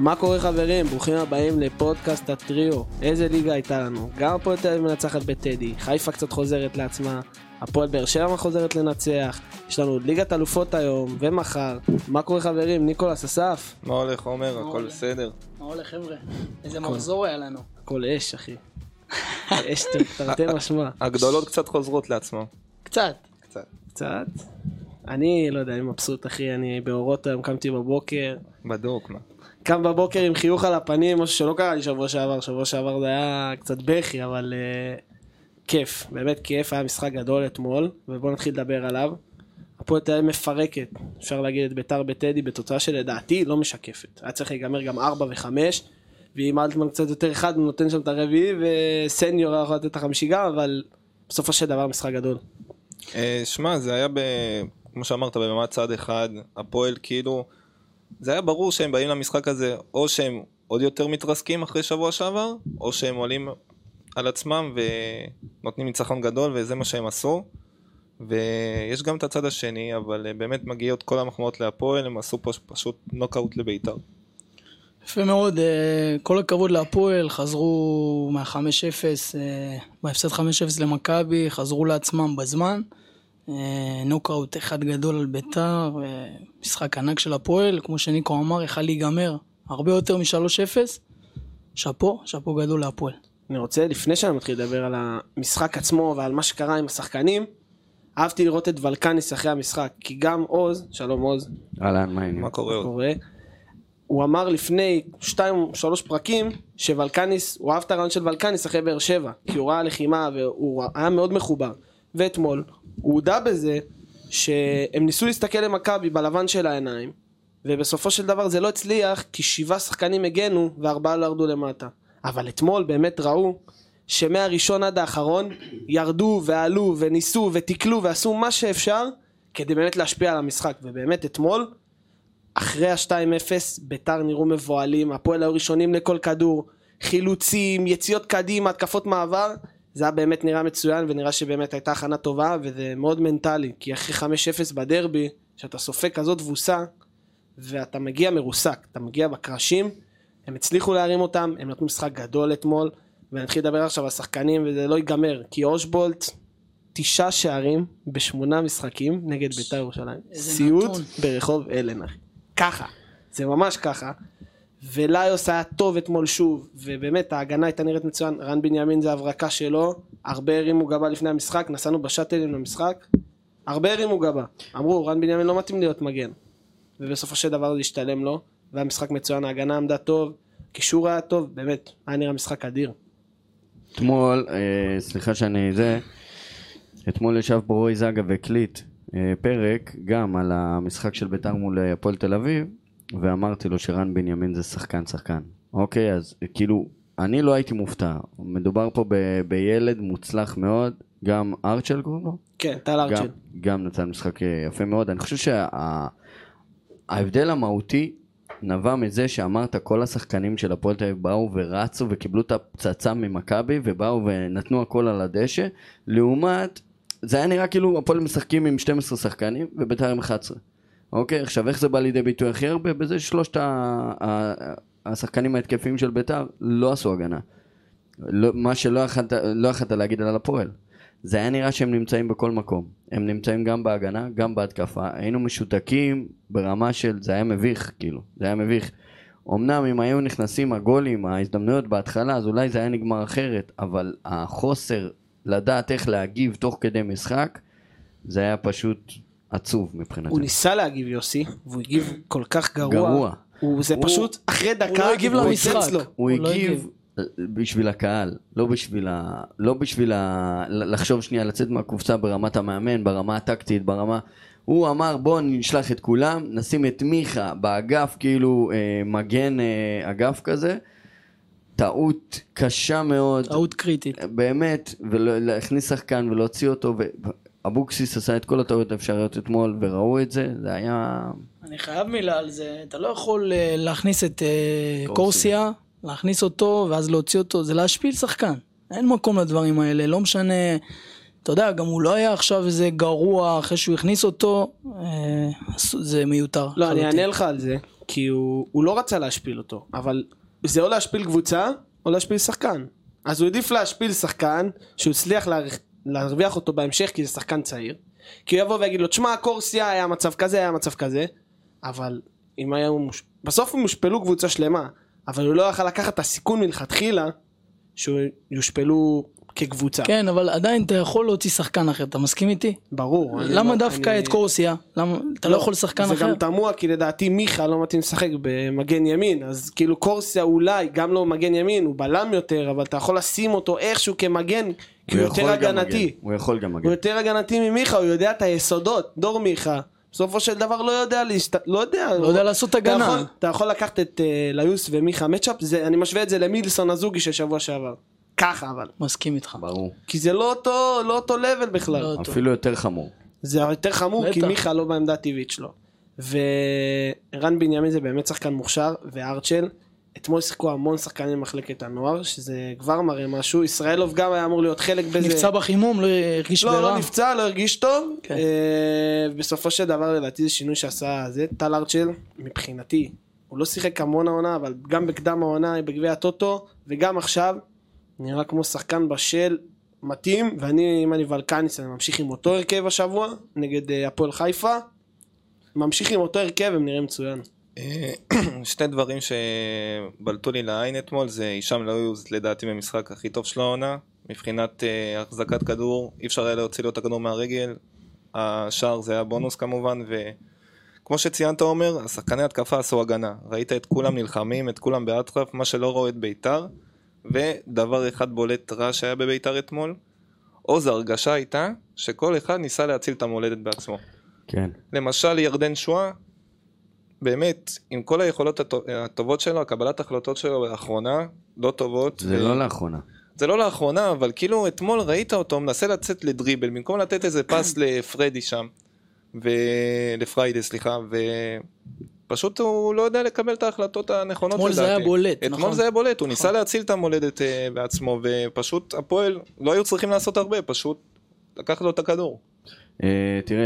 מה קורה חברים? ברוכים הבאים לפודקאסט הטריו. איזה ליגה הייתה לנו? גם הפועל תל אביב מנצחת בטדי, חיפה קצת חוזרת לעצמה, הפועל באר שבע חוזרת לנצח, יש לנו ליגת אלופות היום ומחר. מה קורה חברים? ניקולס, אסף? מה הולך עומר? הכל בסדר? מה הולך חבר'ה? איזה מחזור היה לנו? הכל אש אחי. אש תרתי משמע. הגדולות קצת חוזרות לעצמם. קצת. אני לא יודע, אני מבסוט אחי, אני באורות היום, קמתי בבוקר. בדוק מה? קם בבוקר עם חיוך על הפנים, משהו שלא קרה לי שבוע שעבר זה היה קצת בכי, אבל כיף, באמת כיף, היה משחק גדול אתמול, ובואו נתחיל לדבר עליו. הפועל תל אביב מפרקת, אפשר להגיד את ביתר בטדי, בתוצאה שלדעתי לא משקפת. היה צריך להיגמר גם 4 ו-5, ואם אלטמן קצת יותר אחד, הוא נותן שם את הרביעי, וסניור יכול לתת את החמישי גם, אבל בסופו של דבר משחק גדול. שמע, זה היה כמו שאמרת, במעמד צד אחד, הפועל כאילו, זה היה ברור שהם באים למשחק הזה, או שהם עוד יותר מתרסקים אחרי שבוע שעבר, או שהם עולים על עצמם ונותנים ניצחון גדול, וזה מה שהם עשו. ויש גם את הצד השני, אבל באמת מגיעות כל המחמאות להפועל, הם עשו פשוט נוקאוט לביתר. יפה מאוד, כל הכבוד להפועל, חזרו מה-5-0, בהפסד 5-0 למכבי, חזרו לעצמם בזמן, נוקאוט אחד גדול על ביתר, משחק ענק של הפועל, כמו שניקו אמר, יכול להיגמר הרבה יותר מ-3-0, שפו גדול להפועל. אני רוצה, לפני שאני מתחיל לדבר על המשחק עצמו ועל מה שקרה עם השחקנים, אהבתי לראות את ולקניס אחרי המשחק, כי גם עוז, שלום עוז. מה קורה? הוא אמר לפני 2-3 פרקים שוולקניס, הוא אהב את הרעיון של ולקניס אחרי באר שבע, כי הוא ראה לחימה והוא היה מאוד מחובר. ואתמול הוא הודע בזה שהם ניסו להסתכל למכבי בלבן של העיניים, ובסופו של דבר זה לא הצליח, כי 7 שחקנים הגנו ו4 לא ירדו למטה. אבל אתמול באמת ראו שמהראשון עד האחרון ירדו ועלו וניסו ותקלו ועשו מה שאפשר כדי באמת להשפיע על המשחק. ובאמת אתמול אחרי ה-2-0 ביתר נראו מבועלים, הפועל היו ראשונים לכל כדור, חילוצים, יציאות קדימה, התקפות מעבר, זה היה באמת נראה מצוין ונראה שבאמת הייתה הכנה טובה, וזה מאוד מנטלי, כי אחרי 5-0 בדרבי, שאתה סופג כזאת תבוסה ואתה מגיע מרוסק, אתה מגיע בקרשים, הם הצליחו להרים אותם, הם נתנו משחק גדול אתמול, ונתחיל לדבר עכשיו על שחקנים וזה לא ייגמר, כי אושבולט 9 שערים ב8 משחקים נגד ביתר ירושלים, סיוט ברחוב אלן אחי. ככה, זה ממש ככה, וליוס היה טוב אתמול שוב, ובאמת ההגנה הייתה נראית מצוין, רן בנימין זה הברקה שלו, הרבה הרימו גבה לפני המשחק, נסענו בשאטלים למשחק, הרבה הרימו גבה, אמרו רן בנימין לא מתאים להיות מגן, ובסופו של דבר זה השתלם לו, והמשחק מצוין, ההגנה עמדה טוב, קישור היה טוב, באמת, היה נראה משחק אדיר. אתמול, סליחה אתמול ישב ברוי זגה וקליט, פרק גם על המשחק של ביתר מול הפועל תל אביב, ואמרתי לו שרן בנימין זה שחקן. אוקיי, אז כאילו, אני לא הייתי מופתע. מדובר פה בילד מוצלח מאוד, גם ארצ'ל קוראים לו? כן, טל ארצ'ל. גם נתן משחק יפה מאוד. אני חושב שההבדל המהותי נבע מזה שאמרת כל השחקנים של הפועל תל אביב באו ורצו וקיבלו את הפצצה ממכבי, ובאו ונתנו הכל על הדשא, לעומת זה היה נראה כאילו הפועל משחקים עם 12 שחקנים וביתר עם 11. אוקיי, עכשיו איך זה בא לידי ביטוי הכי הרבה? בזה שלושת השחקנים ההתקפיים של ביתר לא עשו הגנה. מה שלא יכלת להגיד על הפועל. זה היה נראה שהם נמצאים בכל מקום. הם נמצאים גם בהגנה, גם בהתקפה. היינו משותקים ברמה של, זה היה מביך, כאילו. זה היה מביך. אמנם אם היו נכנסים הגולים, ההזדמנויות בהתחלה, אז אולי זה היה נגמר אחרת, אבל החוסר לדעת איך להגיב תוך כדי משחק, זה היה פשוט עצוב מבחינתי. הוא ניסה להגיב יוסי, והוא הגיב כל כך גרוע. זה פשוט אחרי דקה, הוא לא הגיב למשחק. הוא הגיב בשביל הקהל, לא בשביל לחשוב שנייה לצאת מהקופסה ברמת המאמן, ברמה הטקטית, הוא אמר בוא נשלח את כולם, נשים את מיכה באגף, כאילו מגן אגף כזה, טעות קשה מאוד, טעות קריטית באמת, ולהכניס שחקן ולהוציא אותו, ואבוקסיס עשה את כל הטעות האפשריות אתמול וראו את זה, זה היה... אני חייב מילה על זה, אתה לא יכול להכניס את קורסיה, להכניס אותו ואז להוציא אותו, זה להשפיל שחקן, אין מקום לדברים האלה, לא משנה, אתה יודע, גם הוא לא היה עכשיו איזה גרוע אחרי שהוא הכניס אותו, זה מיותר. לא, אני אענה לך על זה. כי הוא לא רצה להשפיל אותו, אבל זה או להשפיל קבוצה, או להשפיל שחקן. אז הוא עדיף להשפיל שחקן, שהוא הצליח להרוויח אותו בהמשך, כי זה שחקן צעיר. כי הוא יבוא ויגיד לו, תשמע, קורסיה היה מצב כזה, היה מצב כזה, אבל אם היה בסוף הם יושפלו קבוצה שלמה, אבל הוא לא יכול לקחת את הסיכון מלכתחילה, שהוא יושפלו כקבוצה. כן, אבל עדיין אתה יכול להוציא שחקן אחר, אתה מסכים איתי? ברור. למה דווקא את קורסיה? אתה לא יכול שחקן אחר? זה גם תמוה, כי לדעתי מיכה לא מתאים לשחק במגן ימין, אז כאילו קורסיה אולי, גם לא מגן ימין, הוא בלם יותר, אבל אתה יכול לשים אותו איכשהו כמגן, כי הוא יותר הגנתי. הוא יכול גם מגן. הוא יותר הגנתי ממיכה, הוא יודע את היסודות, דור מיכה. בסופו של דבר לא יודע לעשות הגנה. אתה יכול לקחת את ליוס ומיכה מצ'אפ, אני משווה את זה למילסון הזוגי של שבוע שעבר. ככה אבל. מסכים איתך. ברור. כי זה לא אותו לבל בכלל. אפילו יותר חמור. זה יותר חמור כי מיכה לא בעמדה הטבעית שלו. ורן בנימין זה באמת שחקן מוכשר, וארצ'ל, אתמול שיחקו המון שחקנים במחלקת הנוער, שזה כבר מראה משהו. ישראלוב גם היה אמור להיות חלק בזה. נפצע בחימום, לא הרגיש ברע. לא נפצע, לא הרגיש טוב. בסופו של דבר לדעתי זה שינוי שעשה זה. טל ארצ'ל, מבחינתי, הוא לא שיחק המון העונה, אבל גם בקדם העונה, בגביע הטוטו, וגם עכשיו, נראה כמו שחקן בשל מתאים, ואני, אם אני ולקניס, אני ממשיך עם אותו הרכב השבוע, נגד הפועל חיפה, ממשיך עם אותו הרכב, הם נראים מצוין. שני דברים שבלטו לי לעין אתמול, זה הישאם ליוז לדעתי במשחק הכי טוב של העונה, מבחינת החזקת כדור, אי אפשר היה להוציא לו את הכדור מהרגל, השאר זה היה בונוס כמובן, וכמו שציינת אומר, השחקני התקפה עשו הגנה, ראית את כולם נלחמים, את כולם באטרף, מה שלא רואה את ביתר, ודבר אחד בולט רע שהיה בביתר אתמול, עוז הרגשה הייתה שכל אחד ניסה להציל את המולדת בעצמו. כן. למשל ירדן שואה, באמת, עם כל היכולות הטובות שלו, הקבלת החלטות שלו לאחרונה, לא טובות. זה לא לאחרונה. זה לא לאחרונה, אבל כאילו אתמול ראית אותו, מנסה לצאת לדריבל, במקום לתת איזה פס לפרדי שם, ולפריידי, סליחה, פשוט הוא לא יודע לקבל את ההחלטות הנכונות. אתמול זה היה בולט, נכון? אתמול זה היה בולט, הוא ניסה להציל את המולדת בעצמו, ופשוט הפועל לא היו צריכים לעשות הרבה, פשוט לקח לו את הכדור. תראה,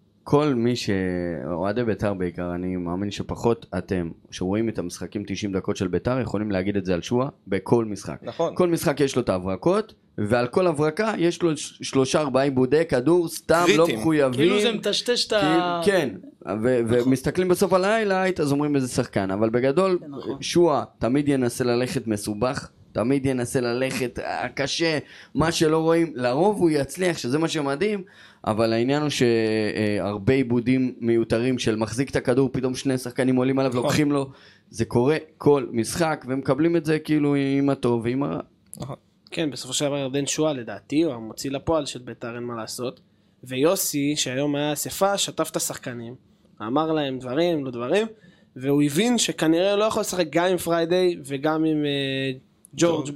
כל מי שאוהדי ביתר בעיקר, אני מאמין שפחות אתם, שרואים את המשחקים 90 דקות של ביתר, יכולים להגיד את זה על שואה בכל משחק. נכון. כל משחק יש לו את ההברקות, ועל כל הברקה יש לו 3-4 עיבודי כדור, סתם לא מחויבים. כאילו זה מטשטש את ה... כן, ומסתכלים בסוף על ההיילייט, אז אומרים איזה שחקן, אבל בגדול, שואה תמיד ינסה ללכת מסובך, תמיד ינסה ללכת קשה, מה שלא רואים, לרוב הוא יצליח, שזה מה שמדהים, אבל העניין הוא שהרבה עיבודים מיותרים של מחזיק את הכדור, פתאום שני שחקנים עולים עליו, לוקחים לו, זה קורה כל משחק, ומקבלים את זה כאילו עם הטוב ועם הרע. כן, בסופו של דבר ירדן שואה לדעתי, הוא המוציא לפועל של ביתר, אין מה לעשות, ויוסי, שהיום היה אספה, שטף את השחקנים, אמר להם דברים, לא דברים, והוא הבין שכנראה לא יכול לשחק גם עם פריידי וגם עם ג'ורג'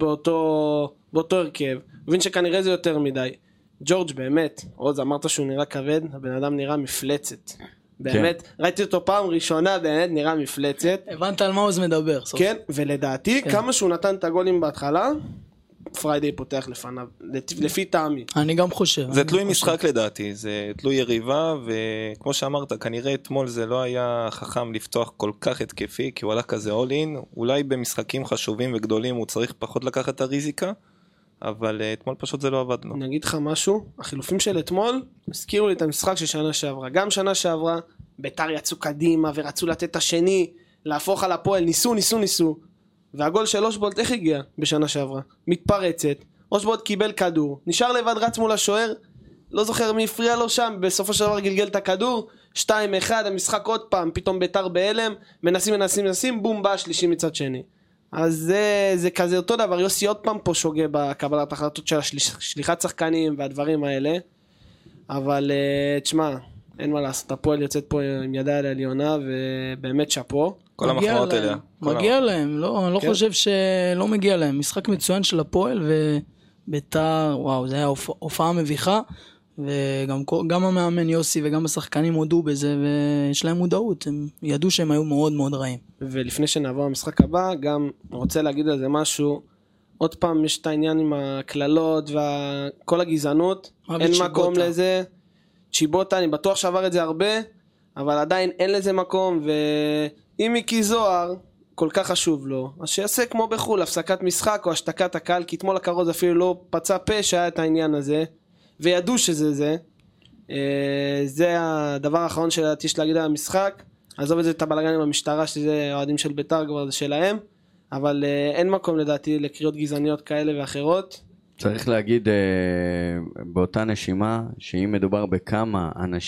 באותו הרכב, הוא הבין שכנראה זה יותר מדי. ג'ורג' באמת, עוז אמרת שהוא נראה כבד, הבן אדם נראה מפלצת. באמת, ראיתי אותו פעם ראשונה, באמת נראה מפלצת. הבנת על מה עוז מדבר. כן, ולדעתי, כמה שהוא נתן את הגולים בהתחלה, פריידי פותח לפניו, לפי טעמי. אני גם חושב. זה תלוי משחק לדעתי, זה תלוי יריבה, וכמו שאמרת, כנראה אתמול זה לא היה חכם לפתוח כל כך התקפי, כי הוא הלך כזה all in, אולי במשחקים חשובים וגדולים הוא צריך פחות לקחת את הריזיקה, אבל אתמול פשוט זה לא עבד לו. אני אגיד לך משהו, החילופים של אתמול הזכירו לי את המשחק של שנה שעברה. גם שנה שעברה, ביתר יצאו קדימה ורצו לתת את השני, להפוך על הפועל, ניסו. והגול של אושבולט איך הגיע בשנה שעברה? מתפרצת, אושבולט קיבל כדור, נשאר לבד רץ מול השוער, לא זוכר מי הפריע לו שם, בסופו של דבר גלגל את הכדור, 2-1, המשחק עוד פעם, פתאום ביתר בהלם, מנסים, בום, בא שלישי מצד שני. אז זה כזה אותו דבר, יוסי עוד פעם פה שוגה בקבלת החלטות של שליחת שחקנים והדברים האלה, אבל תשמע, אין מה לעשות, הפועל יוצאת פה עם ידיה לעליונה, ובאמת שפו. כל המחמאות אליה. מגיע להם, אני לא חושב שלא מגיע להם. משחק מצוין של הפועל וביתר, וואו, זה היה הופעה מביכה, וגם המאמן יוסי וגם השחקנים הודו בזה, ויש להם מודעות, הם ידעו שהם היו מאוד מאוד רעים. ולפני שנעבור למשחק הבא, גם רוצה להגיד על זה משהו, עוד פעם יש את העניין עם הכללות וכל הגזענות, אין מקום לזה, צ'יבוטה, אני בטוח שעבר את זה הרבה, אבל עדיין אין לזה מקום, אם מיקי זוהר כל כך חשוב לו, אז שיעשה כמו בחול, הפסקת משחק או השתקת הקהל, כי אתמול הכרוז אפילו לא פצע פה שהיה את העניין הזה, וידעו שזה זה. זה הדבר האחרון שלדעתי יש להגיד על המשחק. עזוב את זה, את הבלגן עם המשטרה, שזה אוהדים של בית"ר כבר, זה שלהם, אבל אין מקום לדעתי לקריאות גזעניות כאלה ואחרות. צריך להגיד באותה נשימה, שאם מדובר בכמה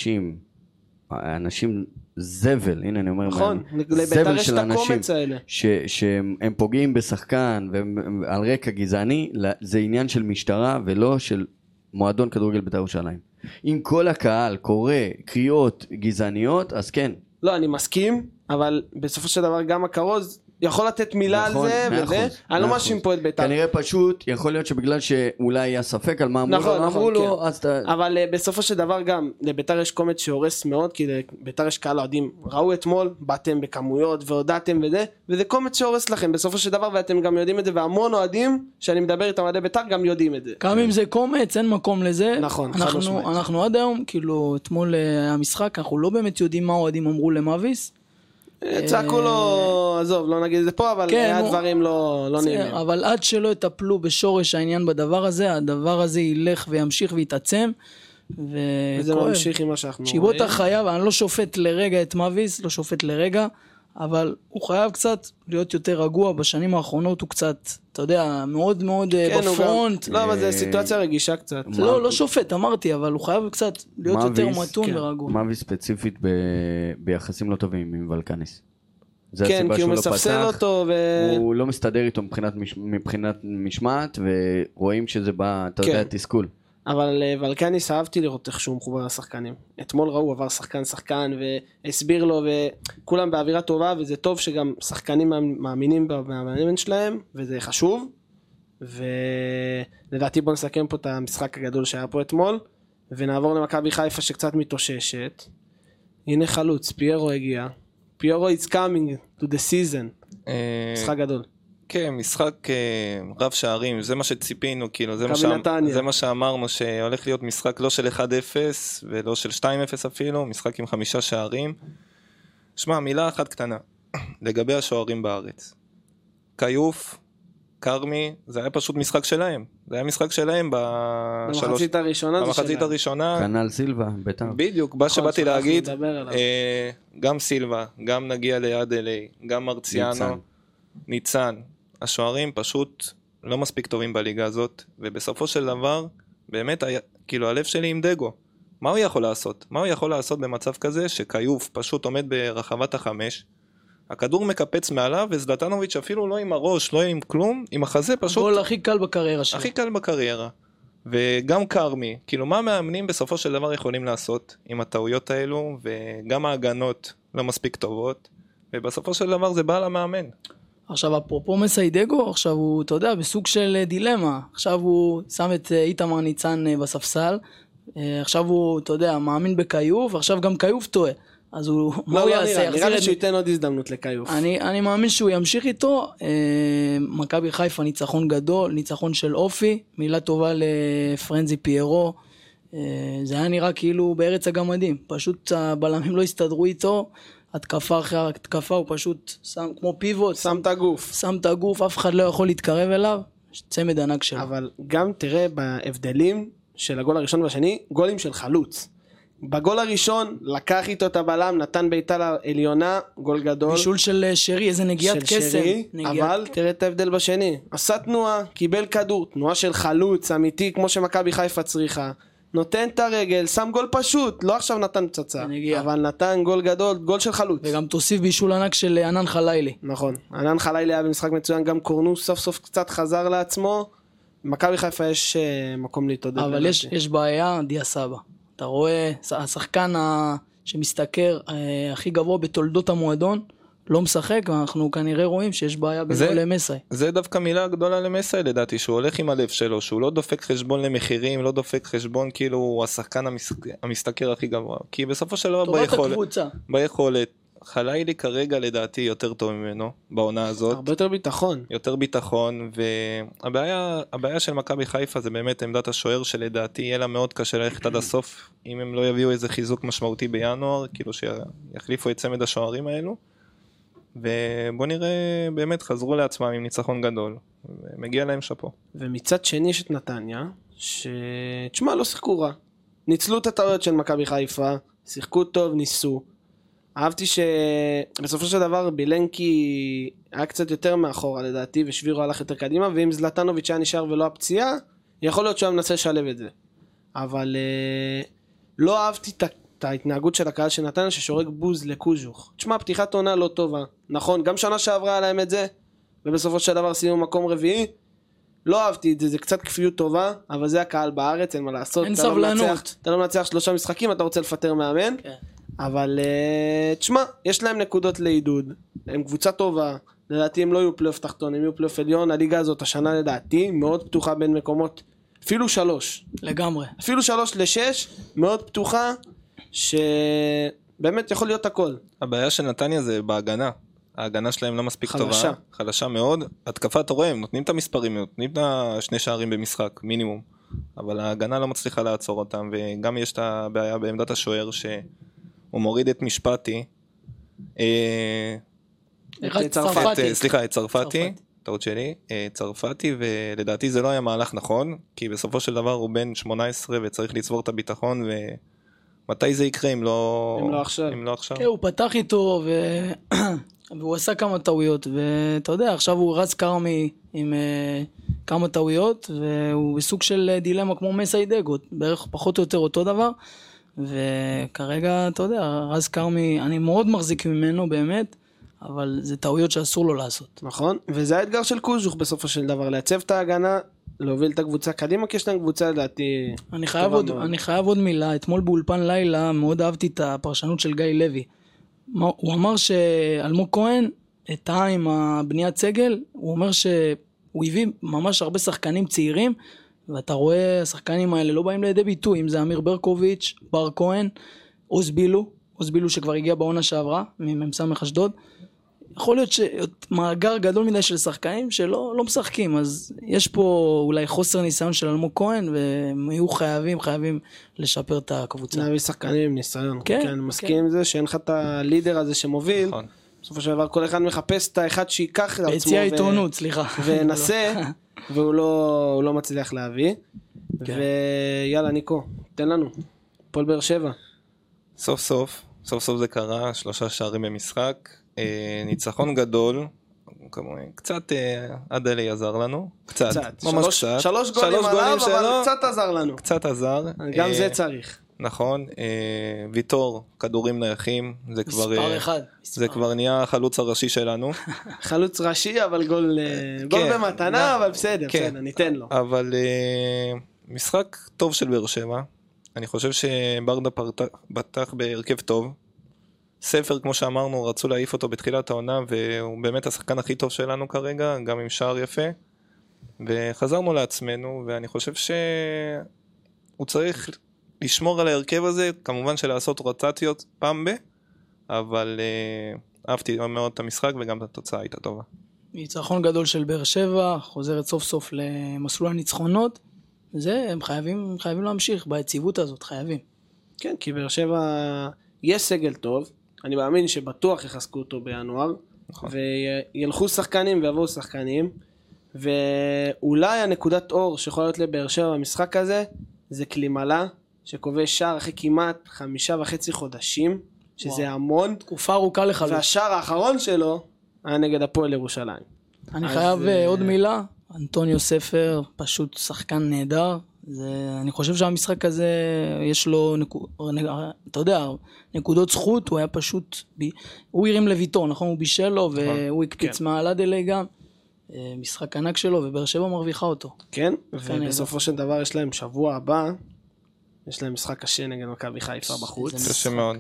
אנשים זבל, הנה אני אומר, נכון, לבית"ר יש את הקומץ האלה. שהם פוגעים בשחקן, ועל רקע גזעני, זה עניין של משטרה, ולא של מועדון כדורגל בית"ר ירושלים. אם כל הקהל קורא קריאות גזעניות, אז כן. לא, אני מסכים, אבל בסופו של דבר גם הכרוז יכול לתת מילה נכון, על זה, וזה, אני לא מאשים פה את בית"ר. כנראה פשוט, יכול להיות שבגלל שאולי היה ספק על מה אמרו נכון, לו, אמרו לו, כן. אז אתה... אבל בסופו של דבר גם, לבית"ר יש קומץ שהורס מאוד, כי לבית"ר יש קהל אוהדים, ראו אתמול, באתם בכמויות והודעתם וזה קומץ שהורס לכם בסופו של דבר, ואתם גם יודעים את זה, והמון אוהדים שאני מדבר איתם אוהדי בית"ר גם יודעים את זה. גם אם זה קומץ, אין מקום לזה. נכון, אנחנו עד היום, כאילו, אתמול המשחק, אנחנו לא באמת יודעים מה האוהדים אמרו למאביס. צעקו לו, עזוב, לא נגיד את זה פה, אבל היה דברים לא נעימים. אבל עד שלא יטפלו בשורש העניין בדבר הזה, הדבר הזה ילך וימשיך ויתעצם. וזה ממשיך עם מה שאנחנו רואים. שיבוט החייב, אני לא שופט לרגע את מאביס, לא שופט לרגע, אבל הוא חייב קצת להיות יותר רגוע. בשנים האחרונות הוא קצת, אתה יודע, מאוד מאוד בפרונט. לא, אבל זה סיטואציה רגישה קצת. לא שופט, אמרתי, אבל הוא חייב קצת להיות יותר מתון ורגוע. מאביס ספציפית ביחסים לא טובים עם ולקניס. כן, כי הוא מספסל אותו הוא לא מסתדר איתו מבחינת משמעת, ורואים שזה בא, אתה יודע, תסכול. אבל ולקניס אהבתי לראות איך שהוא מחובר לשחקנים. אתמול ראו עבר שחקן והסביר לו, וכולם באווירה טובה, וזה טוב שגם שחקנים מאמינים במאמן שלהם, וזה חשוב. ולדעתי בוא נסכם פה את המשחק הגדול שהיה פה אתמול, ונעבור למכבי חיפה שקצת מתאוששת. הנה חלוץ, פיירו הגיע. פיירו is coming to the season. משחק גדול. כן, משחק רב שערים, זה מה שציפינו, כאילו, זה מה שאמרנו, שהולך להיות משחק לא של 1-0 ולא של 2-0 אפילו, משחק עם 5 שערים. שמע, מילה אחת קטנה, לגבי השוערים בארץ. קיוף, קרמי, זה היה פשוט משחק שלהם. זה היה משחק שלהם במחצית הראשונה. במחצית הראשונה. כנ"ל סילבה, בית"ר. בדיוק, מה שבאתי להגיד, גם סילבה, גם נגיע ליד אלי, גם מרציאנו, ניצן. השוערים פשוט לא מספיק טובים בליגה הזאת, ובסופו של דבר, באמת, כאילו הלב שלי עם דגו. מה הוא יכול לעשות? מה הוא יכול לעשות במצב כזה שקיוף פשוט עומד ברחבת החמש, הכדור מקפץ מעליו, וזלטנוביץ' אפילו לא עם הראש, לא עם כלום, עם החזה פשוט... הגול הכי קל בקריירה שלו. הכי קל בקריירה. וגם קרמי, כאילו מה מאמנים בסופו של דבר יכולים לעשות עם הטעויות האלו, וגם ההגנות לא מספיק טובות, ובסופו של דבר זה בא למאמן. עכשיו אפרופו מסיידגו, עכשיו הוא, אתה יודע, בסוג של דילמה. עכשיו הוא שם את איתמר ניצן בספסל, עכשיו הוא, אתה יודע, מאמין בקיוף, ועכשיו גם קיוף טועה. אז הוא, מה הוא יעשה? נראה לי שהוא ייתן עוד הזדמנות לקיוף. אני מאמין שהוא ימשיך איתו. מכבי חיפה ניצחון גדול, ניצחון של אופי, מילה טובה לפרנזי פיירו. זה היה נראה כאילו בארץ הגמדים, פשוט הבלמים לא הסתדרו איתו, התקפה אחרי התקפה הוא פשוט שם כמו פיבוט, שם את הגוף, אף אחד לא יכול להתקרב אליו, צמד ענק שלו. אבל גם תראה בהבדלים של הגול הראשון והשני, גולים של חלוץ. בגול הראשון לקח איתו את הבלם, נתן בעיטה לעליונה, גול גדול. בישול של שרי, איזה נגיעת קסם. אבל תראה את ההבדל בשני. עשה תנועה, קיבל כדור, תנועה של חלוץ אמיתי כמו שמכבי חיפה צריכה. נותן את הרגל, שם גול פשוט, לא עכשיו נתן פצצה, אבל נתן גול גדול, גול של חלוץ. וגם תוסיף בישול ענק של ענן חלילי. נכון, ענן חלילי היה במשחק מצוין, גם קורנו סוף סוף קצת חזר לעצמו. מכבי חיפה יש מקום להתעודד. אבל יש בעיה, דיה סבא. אתה רואה, השחקן שמסתכר הכי גבוה בתולדות המועדון, לא משחק, ואנחנו כנראה רואים שיש בעיה בינו למסאי. זה דווקא מילה גדולה למסאי לדעתי, שהוא הולך עם הלב שלו, שהוא לא דופק חשבון למחירים, לא דופק חשבון כאילו הוא השחקן המסתכר הכי גבוה. כי בסופו של דבר ביכולת, חלילי כרגע לדעתי יותר טוב ממנו בעונה הזאת. הרבה יותר ביטחון. והבעיה של מכבי חיפה זה באמת עמדת השוער שלדעתי יהיה לה מאוד קשה ללכת עד הסוף, אם הם לא יביאו איזה חיזוק משמעותי בינואר, כאילו שיחליפו את צמד השוערים האלו. ובוא נראה, באמת חזרו לעצמם עם ניצחון גדול, ומגיע להם שפו. ומצד שני יש את נתניה, תשמע, לא שיחקו רע. ניצלו את הטעויות של מכבי חיפה, שיחקו טוב, ניסו. אהבתי שבסופו של דבר בילנקי היה קצת יותר מאחורה לדעתי, ושבירו הלך יותר קדימה, ואם זלטנוביץ' היה נשאר ולא הפציעה, יכול להיות שהוא מנסה לשלב את זה. אבל לא אהבתי את ההתנהגות של הקהל של נתניה ששורק בוז לקוז'וך. תשמע, פתיחת עונה לא טובה. נכון, גם שנה שעברה עליהם את זה, ובסופו של דבר סיימו מקום רביעי. לא אהבתי את זה, זה קצת כפיות טובה, אבל זה הקהל בארץ, אין מה לעשות. אין סבלנות. אתה לא מנצח 3 משחקים, אתה רוצה לפטר מאמן. כן. אבל תשמע, יש להם נקודות לעידוד, הם קבוצה טובה, לדעתי הם לא יהיו פלייאוף תחתון, הם יהיו פלייאוף עליון, הליגה הזאת השנה לדעתי מאוד פתוחה בין מקומות, אפילו 3. לגמרי. אפילו 3-6, מאוד פתוחה, שבאמת יכול להיות הכל. הבעיה של נתניה זה בהגנה. ההגנה שלהם לא מספיק חלשה. טובה, חלשה מאוד. התקפה אתה רואה, הם נותנים את המספרים, נותנים את 2 שערים במשחק, מינימום. אבל ההגנה לא מצליחה לעצור אותם, וגם יש את הבעיה בעמדת השוער, שהוא מוריד את משפטי. את צרפתי, טעות שלי, צרפתי, ולדעתי זה לא היה מהלך נכון, כי בסופו של דבר הוא בן 18 וצריך לצבור את הביטחון, ומתי זה יקרה אם לא עכשיו? הוא פתח איתו והוא עשה כמה טעויות, ואתה יודע, עכשיו הוא רץ קרמי עם כמה טעויות, והוא בסוג של דילמה כמו מסיידגות, בערך פחות או יותר אותו דבר, וכרגע, אתה יודע, רז קרמי, אני מאוד מחזיק ממנו באמת, אבל זה טעויות שאסור לו לעשות. נכון, וזה האתגר של קוז'וך בסופו של דבר, לייצב את ההגנה, להוביל את הקבוצה קדימה, כי יש להם קבוצה לדעתי... אני חייב עוד מילה, אתמול באולפן לילה מאוד אהבתי את הפרשנות של גיא לוי. הוא אמר שאלמוג כהן, טעה עם הבניית סגל, הוא אומר שהוא הביא ממש הרבה שחקנים צעירים, ואתה רואה השחקנים האלה לא באים לידי ביטוי, אם זה אמיר ברקוביץ', בר כהן, עוז בילו שכבר הגיע בעונה שעברה, ממסמך אשדוד. יכול להיות שמאגר גדול מדי של שחקנים שלא משחקים, אז יש פה אולי חוסר ניסיון של אלמוג כהן, והם יהיו חייבים לשפר את הקבוצה. להביא שחקנים עם ניסיון. כן, מסכים עם זה שאין לך את הלידר הזה שמוביל. נכון. בסופו של דבר כל אחד מחפש את האחד שיקח לעצמו. ביציע העיתונות, סליחה. ונסה, והוא לא מצליח להביא. ויאללה ניקו, תן לנו. פועל באר שבע. סוף סוף זה קרה, 3 שערים במשחק. ניצחון גדול, קצת אדלי עזר לנו, ממש קצת. 3 גולים עליו, אבל קצת עזר לנו. קצת עזר. גם זה צריך. נכון, ויטור, כדורים נייחים, זה כבר נהיה החלוץ הראשי שלנו. חלוץ ראשי, אבל גול במתנה, אבל בסדר, ניתן לו. אבל משחק טוב של באר שבע, אני חושב שברדה פתח בהרכב טוב, ספר, כמו שאמרנו, רצו להעיף אותו בתחילת העונה, והוא באמת השחקן הכי טוב שלנו כרגע, גם עם שער יפה, וחזרנו לעצמנו, ואני חושב שהוא צריך לשמור על ההרכב הזה, כמובן שלעשות רוטציות פעם אבל אהבתי מאוד את המשחק, וגם התוצאה הייתה טובה. ניצחון גדול של באר שבע, חוזרת סוף סוף למסלול הניצחונות, הם חייבים להמשיך ביציבות הזאת, חייבים. כן, כי באר שבע יש סגל טוב, אני מאמין שבטוח יחזקו אותו בינואר, נכון. וילכו שחקנים ויבואו שחקנים, ואולי הנקודת אור שיכולה להיות לבאר שבע במשחק הזה, זה קלימלה, שקובע שער אחרי כמעט 5.5 חודשים, שזה המון. תקופה ארוכה לחלוט. והשער האחרון שלו היה נגד הפועל ירושלים. אני חייב עוד מילה, אנטוניו ספר, פשוט שחקן נהדר, אני חושב שהמשחק הזה יש לו, אתה יודע, נקודות זכות, הוא היה פשוט, הוא הרים לויטור, נכון? הוא בישל לו, והוא הקפיץ מעל אדלי גם, משחק ענק שלו, ובאר שבע מרוויחה אותו. כן, ובסופו של דבר יש להם שבוע הבא, יש להם משחק קשה נגד מכבי חיפה בחוץ. קשה מאוד.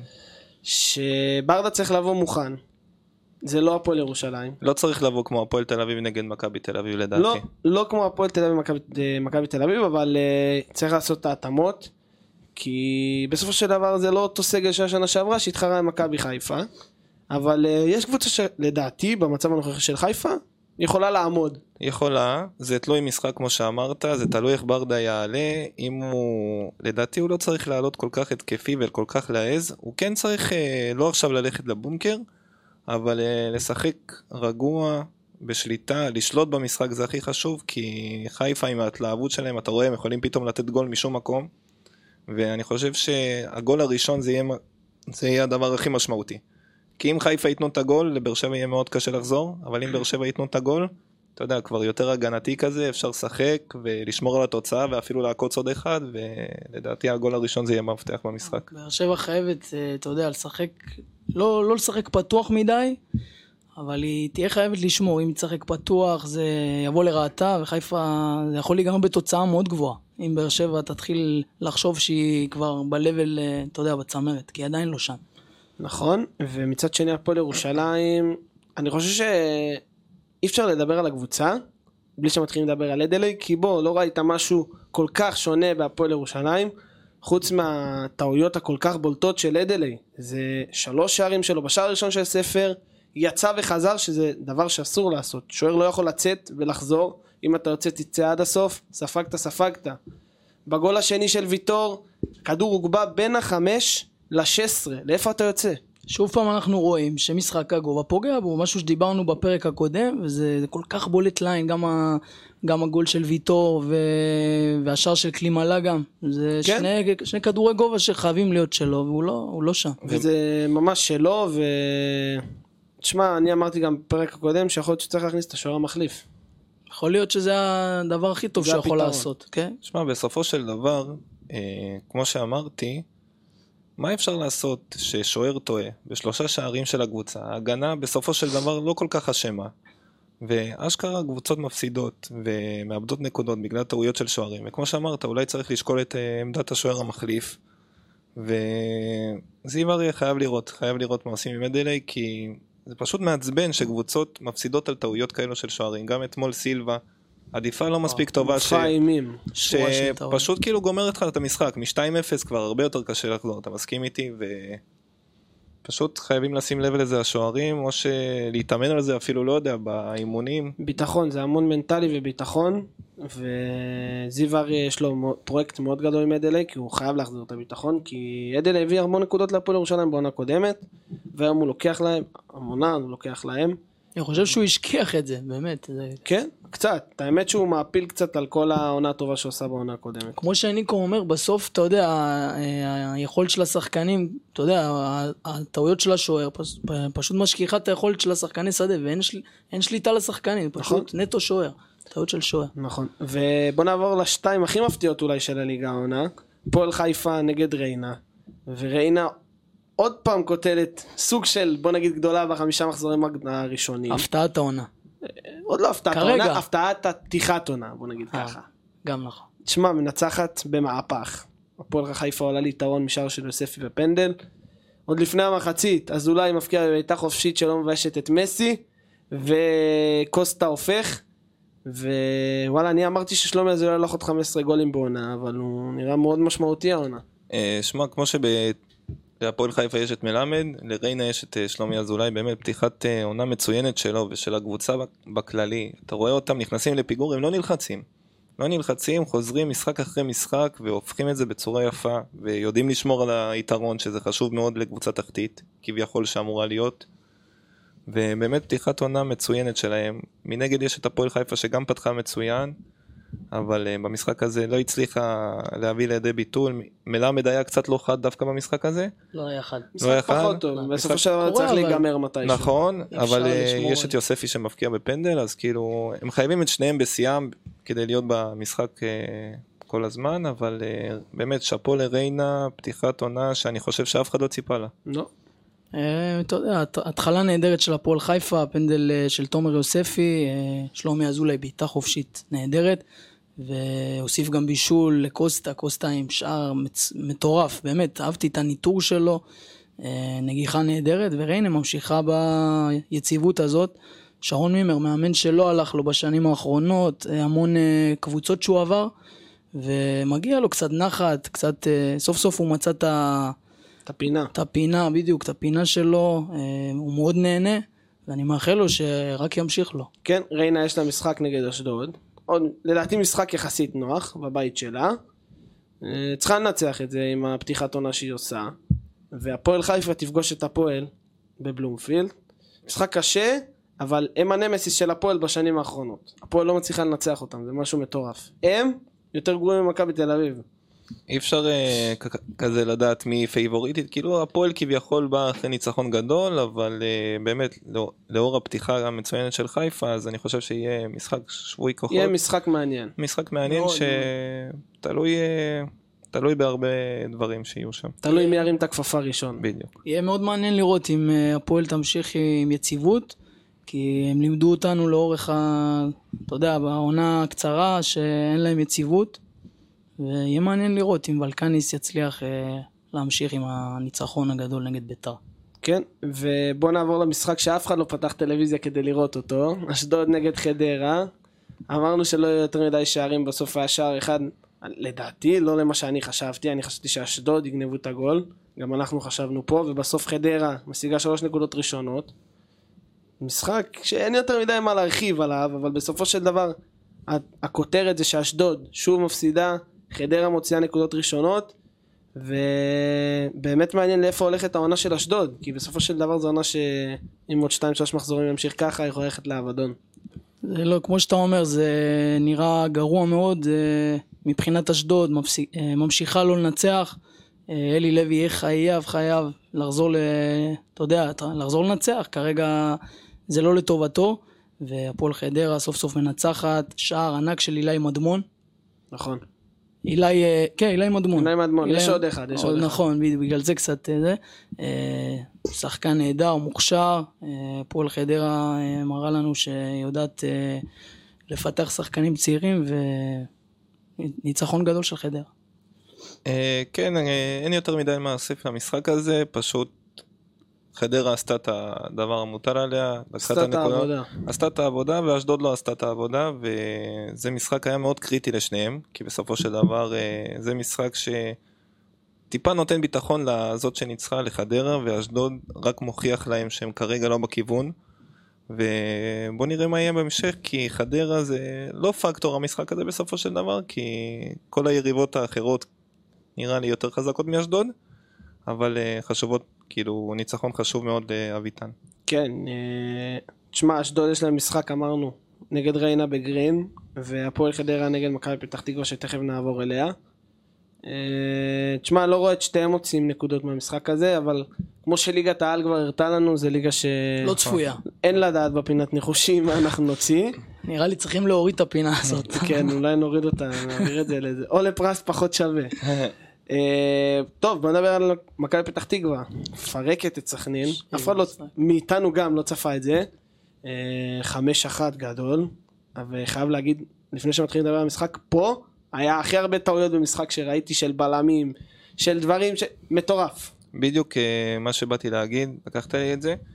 שברדה צריך לבוא מוכן. זה לא הפועל ירושלים. לא צריך לבוא כמו הפועל תל אביב נגד מכבי תל אביב לדעתי. לא כמו הפועל תל אביב מכבי תל אביב, אבל צריך לעשות את ההתאמות, כי בסופו של דבר זה לא אותו סגל של השנה שעברה שהתחרה עם מכבי חיפה, אבל יש קבוצה שלדעתי במצב הנוכחי של חיפה יכולה לעמוד. יכולה, זה תלוי משחק כמו שאמרת, זה תלוי איך ברדה יעלה, אם הוא, לדעתי הוא לא צריך לעלות כל כך התקפי וכל כך להעז, הוא כן צריך לא עכשיו ללכת לבונקר, אבל לשחק רגוע, בשליטה, לשלוט במשחק זה הכי חשוב, כי חיפה עם ההתלהבות שלהם, אתה רואה, הם יכולים פתאום לתת גול משום מקום, ואני חושב שהגול הראשון זה יהיה הדבר הכי משמעותי. כי אם חיפה ייתנו את הגול, לבאר שבע יהיה מאוד קשה לחזור, אבל אם באר שבע ייתנו את הגול, אתה יודע, כבר יותר הגנתי כזה, אפשר לשחק ולשמור על התוצאה, ואפילו לעקוץ עוד אחד, ולדעתי הגול הראשון זה יהיה מפתח במשחק. באר שבע חייבת, אתה יודע, לשחק, לא לשחק פתוח מדי, אבל היא תהיה חייבת לשמור. אם היא תשחק פתוח, זה יבוא לרעתה, וחיפה, זה יכול להיגמר בתוצאה מאוד גבוהה. אם באר שבע תתחיל לחשוב שהיא כבר בלבל, אתה יודע, בצמרת, כי היא עדיין לא שם. נכון, ומצד שני הפועל ירושלים, אני חושב שאי אפשר לדבר על הקבוצה, בלי שמתחילים לדבר על אדלי, כי בוא, לא ראית משהו כל כך שונה בהפועל ירושלים, חוץ מהטעויות הכל כך בולטות של אדלי. זה 3 שערים שלו בשער הראשון של ספר, יצא וחזר, שזה דבר שאסור לעשות. שוער לא יכול לצאת ולחזור, אם אתה יוצא תצא עד הסוף, ספגת. בגול השני של ויטור, כדור הוגבה בין 5 ל-16, לאיפה אתה יוצא? שוב פעם אנחנו רואים שמשחק הגובה פוגע בו, משהו שדיברנו בפרק הקודם, וזה כל כך בולט ליין, גם הגול של ויטור והשאר של קלימלה גם. זה כן. שני כדורי גובה שחייבים להיות שלו, והוא לא שם. וזה ממש שלו, תשמע, אני אמרתי גם בפרק הקודם, שיכול להיות שצריך להכניס את השוער המחליף. יכול להיות שזה הדבר הכי טוב שיכול לעשות, כן? תשמע, בסופו של דבר, כמו שאמרתי, מה אפשר לעשות ששוער טועה ב3 שערים של הקבוצה? ההגנה בסופו של דבר לא כל כך אשמה, ואשכרה קבוצות מפסידות ומאבדות נקודות בגלל טעויות של שוערים, וכמו שאמרת, אולי צריך לשקול את עמדת השוער המחליף, וזיו אריה חייב לראות מה עושים עם אדלי, כי זה פשוט מעצבן שקבוצות מפסידות על טעויות כאלו של שוערים. גם אתמול סילבה, עדיפה לא מספיק טובה שפשוט כאילו גומרת לך את המשחק, מ-2-0 כבר הרבה יותר קשה לחזור, אתה מסכים איתי? ופשוט חייבים לשים לב לזה השוערים, או להתאמן על זה אפילו, לא יודע, באימונים. ביטחון, זה המון מנטלי וביטחון, וזיו אריה יש לו פרויקט מאוד גדול עם אדלי, כי הוא חייב להחזיר את הביטחון, כי אדלי הביא המון נקודות להפועל ירושלים בעונה קודמת, והיום הוא לוקח להם, הוא לוקח להם. אני חושב שהוא השכיח את זה, באמת. כן, קצת. האמת שהוא מעפיל קצת על כל העונה הטובה שעושה בעונה הקודמת. כמו שניקו אומר, בסוף, אתה יודע, היכולת של השחקנים, אתה יודע, הטעויות של השוער, פשוט משכיחה את היכולת של השחקני שדה, ואין שליטה לשחקנים, פשוט נטו שוער, טעויות של שוער. נכון. ובוא נעבור לשתיים הכי מפתיעות אולי של הליגה העונה, פועל חיפה נגד ריינה, וריינה עוד פעם כותלת סוג של, בוא נגיד גדולה ב5 מחזורים הראשונים. הפתעת העונה. עוד לא הפתעת העונה, הפתעת הפתיחת עונה, בוא נגיד ככה. גם נכון. תשמע, מנצחת במהפך. הפועל חיפה עולה ליתרון משער של יוספי בפנדל. עוד לפני המחצית, אז אולי מפקיע בביתה חופשית שלא מביישת את מסי, וקוסטה הופך, ווואלה, אני אמרתי ששלומי אזולאי הולך עוד 15 גולים בעונה, אבל הוא נראה מאוד משמעותי העונה. שמע, כמו להפועל חיפה יש את מלמד, לריינה יש את שלומי אזולאי, באמת פתיחת עונה מצוינת שלו ושל הקבוצה בכללי. אתה רואה אותם נכנסים לפיגור, הם לא נלחצים, חוזרים משחק אחרי משחק והופכים את זה בצורה יפה, ויודעים לשמור על היתרון, שזה חשוב מאוד לקבוצה תחתית, כביכול שאמורה להיות, ובאמת פתיחת עונה מצוינת שלהם. מנגד יש את הפועל חיפה שגם פתחה מצוין, אבל במשחק הזה לא הצליחה להביא לידי ביטול. מלמד היה קצת לא חד דווקא במשחק הזה. לא היה חד. משחק פחות טוב, בסופו של דבר צריך להיגמר מתישהו. נכון, אבל יש את יוספי שמפקיע בפנדל, אז כאילו הם חייבים את שניהם בשיאם כדי להיות במשחק כל הזמן, אבל באמת שפו לריינה, פתיחת עונה שאני חושב שאף אחד לא ציפה לה. לא. אתה יודע, התחלה נהדרת של הפועל חיפה, פנדל של תומר יוספי, שלומי אזולאי בעיטה חופשית נהדרת, והוסיף גם בישול לקוסטה עם שער מטורף, באמת, אהבתי את הניטור שלו, נגיחה נהדרת, וריינה ממשיכה ביציבות הזאת. שרון מימר, מאמן שלא הלך לו בשנים האחרונות, המון קבוצות שהוא עבר, ומגיע לו קצת נחת, קצת, סוף סוף הוא מצא את הפינה, בדיוק, את הפינה שלו, הוא מאוד נהנה, ואני מאחל לו שרק ימשיך לו. כן, ריינה יש לה משחק נגד אשדוד, לדעתי משחק יחסית נוח, בבית שלה, צריכה לנצח את זה עם הפתיחת עונה שהיא עושה, והפועל חיפה תפגוש את הפועל בבלומפילד, משחק קשה, אבל הם הנמסיס של הפועל בשנים האחרונות. הפועל לא מצליחה לנצח אותם, זה משהו מטורף. הם יותר גרועים ממכבי תל אביב. אי אפשר כזה לדעת מי פייבוריטית, כאילו הפועל כביכול בא אחרי ניצחון גדול, אבל באמת לאור הפתיחה המצוינת של חיפה, אז אני חושב שיהיה משחק שבועי כוחות. יהיה משחק מעניין. משחק מעניין שתלוי בהרבה דברים שיהיו שם. תלוי מי ירים את הכפפה ראשון. בדיוק. יהיה מאוד מעניין לראות אם הפועל תמשיך עם יציבות, כי הם לימדו אותנו לאורך אתה יודע, בעונה הקצרה שאין להם יציבות, ויהיה מעניין לראות אם ולקניס יצליח להמשיך עם הניצחון הגדול נגד ביתר. כן, ובוא נעבור למשחק שאף אחד לא פתח טלוויזיה כדי לראות אותו, אשדוד נגד חדרה. אמרנו שלא יהיו יותר מדי שערים, בסוף היה שער אחד, לדעתי, לא למה שאני חשבתי, אני חשבתי שאשדוד יגנבו את הגול, גם אנחנו חשבנו פה, ובסוף חדרה משיגה 3 נקודות ראשונות. משחק שאין יותר מדי מה להרחיב עליו, אבל בסופו של דבר, הכותרת זה שאשדוד שוב מפסידה, חדרה מוציאה נקודות ראשונות, ובאמת מעניין לאיפה הולכת העונה של אשדוד, כי בסופו של דבר זו עונה שאם עוד 2-3 מחזורים ימשיך ככה, היא יכולה ללכת לאבדון. זה לא, כמו שאתה אומר, זה נראה גרוע מאוד, מבחינת אשדוד, ממשיכה לא לנצח, אלי לוי יהיה חייב לחזור אתה יודע, לחזור לנצח, כרגע זה לא לטובתו, והפועל חדרה סוף סוף מנצחת, שער ענק של אילי מדמון. נכון. אילי מדמון. יש עוד אחד. נכון, בגלל זה קצת זה. שחקן נהדר, מוכשר, הפועל חדרה מראה לנו שיודעת לפתח שחקנים צעירים, וניצחון גדול של חדרה. כן, אין יותר מדי מה להוסיף למשחק הזה, פשוט חדרה עשתה את הדבר המוטל עליה, עשתה את העבודה, ואשדוד לא עשתה את העבודה, וזה משחק היה מאוד קריטי לשניהם, כי בסופו של דבר זה משחק שטיפה נותן ביטחון לזאת שניצחה לחדרה, ואשדוד רק מוכיח להם שהם כרגע לא בכיוון, ובוא נראה מה יהיה בהמשך, כי חדרה זה לא פקטור המשחק הזה בסופו של דבר, כי כל היריבות האחרות נראה לי יותר חזקות מאשדוד, אבל חשובות, כאילו ניצחון חשוב מאוד לאביטן. כן, תשמע, אשדוד יש להם משחק, אמרנו, נגד ריינה בגרין, והפועל חדרה נגד מכבי פתח תקווה שתכף נעבור אליה. תשמע, לא רואה את שתיהם מוצאים נקודות מהמשחק הזה, אבל כמו שליגת העל כבר הרתה לנו, זה ליגה לא צפויה. אין לדעת בפינת ניחושים מה אנחנו נוציא. נראה לי צריכים להוריד את הפינה הזאת. כן, אולי נוריד אותה, נעביר את זה לזה. או לפרס פחות שווה. טוב, בוא נדבר על מכבי פתח תקווה. פרקת את סכנין. אף אחד לא, מאיתנו גם לא צפה את זה. 5-1 גדול. וחייב להגיד, לפני שמתחילים לדבר על המשחק, פה היה הכי הרבה טעויות במשחק שראיתי, של בלמים, של דברים מטורף. בדיוק מה שבאתי להגיד, לקחת לי את זה.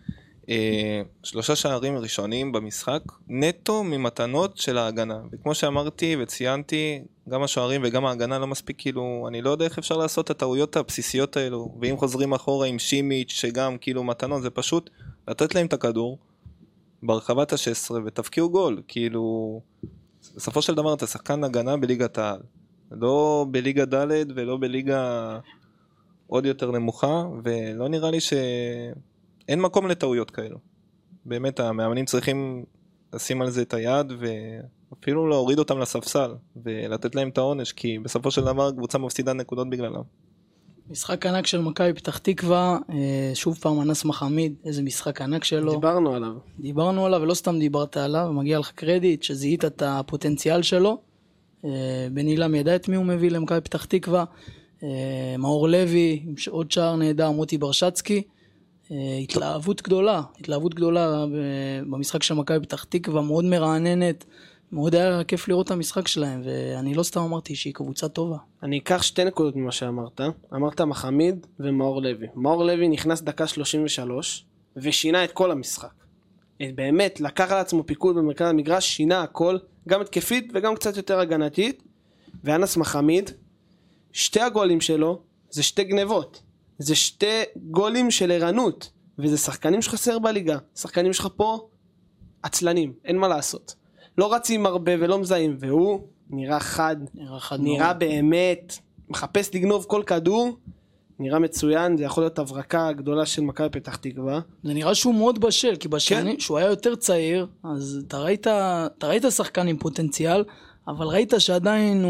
3 שערים ראשונים במשחק, נטו ממתנות של ההגנה. וכמו שאמרתי וציינתי, גם השוערים וגם ההגנה לא מספיק, כאילו, אני לא יודע איך אפשר לעשות את הטעויות הבסיסיות האלו. ואם חוזרים אחורה עם שימיץ' שגם כאילו מתנות, זה פשוט לתת להם את הכדור ברחבת ה-16 ותפקיעו גול. כאילו, בסופו של דבר אתה שחקן הגנה בליגת העל. לא בליגה ד' ולא בליגה עוד יותר נמוכה, ולא נראה לי אין מקום לטעויות כאלו. באמת, המאמנים צריכים לשים על זה את היד, ואפילו להוריד אותם לספסל, ולתת להם את העונש, כי בסופו של דבר קבוצה מפסידה נקודות בגללם. משחק ענק של מכבי פתח תקווה, שוב פעם אנס מחמיד, איזה משחק ענק שלו. דיברנו עליו, ולא סתם דיברת עליו, מגיע לך קרדיט, שזיהית את הפוטנציאל שלו. בן אילם ידע את מי הוא מביא למכבי פתח תקווה, מאור לוי, עוד שער נהדר, מוטי ברשצקי, התלהבות גדולה במשחק של מכבי פתח תקווה, מאוד מרעננת, מאוד היה כיף לראות את המשחק שלהם, ואני לא סתם אמרתי שהיא קבוצה טובה. אני אקח 2 נקודות ממה שאמרת. אמרת מחמיד ומאור לוי. מאור לוי נכנס דקה 33 ושינה את כל המשחק. באמת לקח על עצמו פיקוד במרכז המגרש, שינה הכל, גם התקפית וגם קצת יותר הגנתית. ואנס מחמיד, 2 הגולים שלו זה 2 גנבות. זה 2 גולים של ערנות, וזה שחקנים שחסר בליגה. שחקנים שלך פה עצלנים, אין מה לעשות. לא רצים הרבה ולא מזהים, והוא נראה חד, נראה באמת, מחפש לגנוב כל כדור, נראה מצוין, זה יכול להיות הברקה גדולה של מכבי פתח תקווה. זה נראה שהוא מאוד בשל, כי בשנים, שהוא היה יותר צעיר, אז אתה ראית שחקן עם פוטנציאל, אבל ראית שעדיין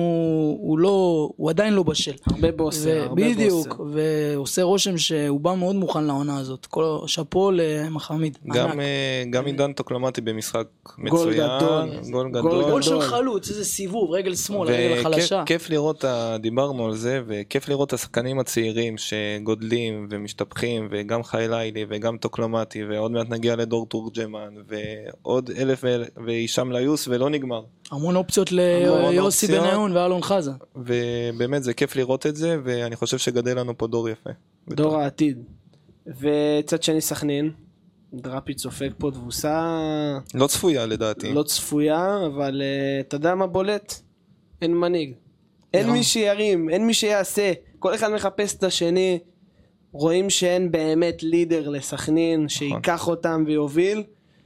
הוא עדיין לא בשל. הרבה בוסר, הרבה בוסר. בדיוק, ועושה רושם שהוא בא מאוד מוכן לעונה הזאת. שאפו למחמיד. גם עידן טוקלומטי במשחק מצוין. גול גדול. גול של חלוץ, איזה סיבוב, רגל שמאל, רגל חלשה. וכיף לראות, דיברנו על זה, וכיף לראות את השחקנים הצעירים שגודלים ומשתפכים, וגם חיילילי וגם טוקלומטי, ועוד מעט נגיע לדור תורג'מן, ועוד 1000 וישם ליוס, ולא נגמר. המון אופציות ליוסי בניון ואלון חזה. ובאמת זה כיף לראות את זה, ואני חושב שגדל לנו פה דור יפה. דור העתיד. וצד שני סכנין, דראפיץ' סופג פה תבוסה... לא צפויה לדעתי. לא צפויה, אבל אתה יודע מה בולט? אין מנהיג. אין מי שירים, אין מי שיעשה. כל אחד מחפש את השני. רואים שאין באמת לידר לסכנין, שיקח אותם ויוביל.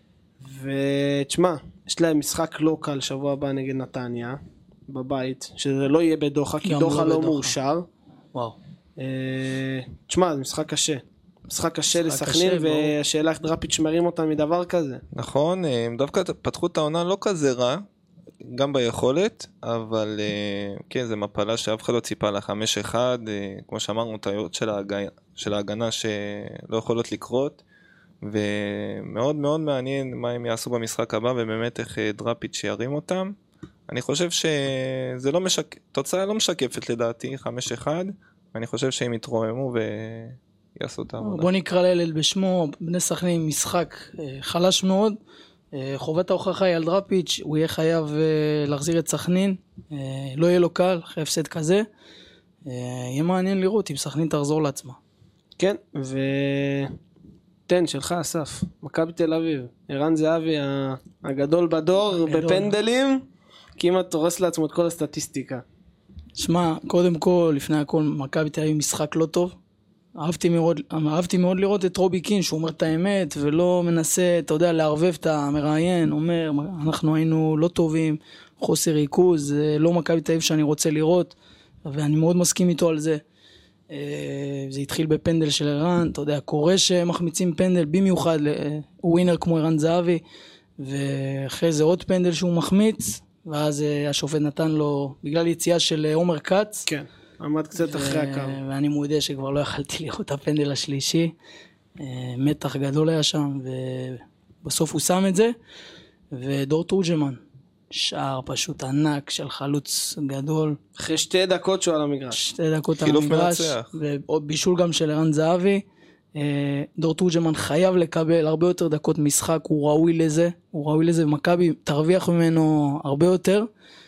ותשמע, יש להם משחק לא קל שבוע הבא נגד נתניה, בבית, שזה לא יהיה בדוחה, כי דוחה לא מאושר. וואו. תשמע, זה משחק קשה. משחק קשה לסכנין, והשאלה איך דראפיץ' מרים אותם מדבר כזה. נכון, הם דווקא פתחו את העונה לא כזה רע, גם ביכולת, אבל כן, זה מפלה שאף אחד לא ציפה לה 5-1, כמו שאמרנו, טעויות של ההגנה שלא יכולות לקרות, ומאוד מאוד מעניין מה הם יעשו במשחק הבא, ובאמת איך דראפיץ' ירים אותם. אני חושב שזה לא תוצאה לא משקפת לדעתי, 5-1, ואני חושב שהם יתרוממו ויעשו את העבודה. בוא נקרא לילד בשמו, בני סכנין משחק חלש מאוד, חובת ההוכחה היא על דראפיץ', הוא יהיה חייב להחזיר את סכנין, לא יהיה לו קל, אחרי הפסד כזה, יהיה מעניין לראות אם סכנין תחזור לעצמה. כן, תן שלך אסף, מכבי תל אביב, ערן זהבי הגדול בדור, בפנדלים, כמעט הורס לעצמו את כל הסטטיסטיקה. שמע, קודם כל, לפני הכל, מכבי תל אביב משחק לא טוב. אהבתי מאוד לראות את רובי קין, שהוא אומר את האמת, ולא מנסה, אתה יודע, לערבב את המראיין, אומר, אנחנו היינו לא טובים, חוסר ריכוז, זה לא מכבי תל אביב שאני רוצה לראות, ואני מאוד מסכים איתו על זה. זה התחיל בפנדל של ערן, אתה יודע, קורה שמחמיצים פנדל, במיוחד הוא ווינר כמו ערן זהבי, ואחרי זה עוד פנדל שהוא מחמיץ, ואז השופט נתן לו, בגלל יציאה של עומר קץ, כן, עמד קצת אחרי הקו. ואני מודה שכבר לא יכלתי לראות את הפנדל השלישי, מתח גדול היה שם, ובסוף הוא שם את זה, ודור תורג'מן, שער פשוט ענק של חלוץ גדול. אחרי 2 דקות שהוא על המגרש. 2 דקות על המגרש, ובישול גם של ערן זהבי. דור תורג'מן חייב לקבל הרבה יותר דקות משחק, הוא ראוי לזה, ומכבי תרוויח ממנו הרבה יותר,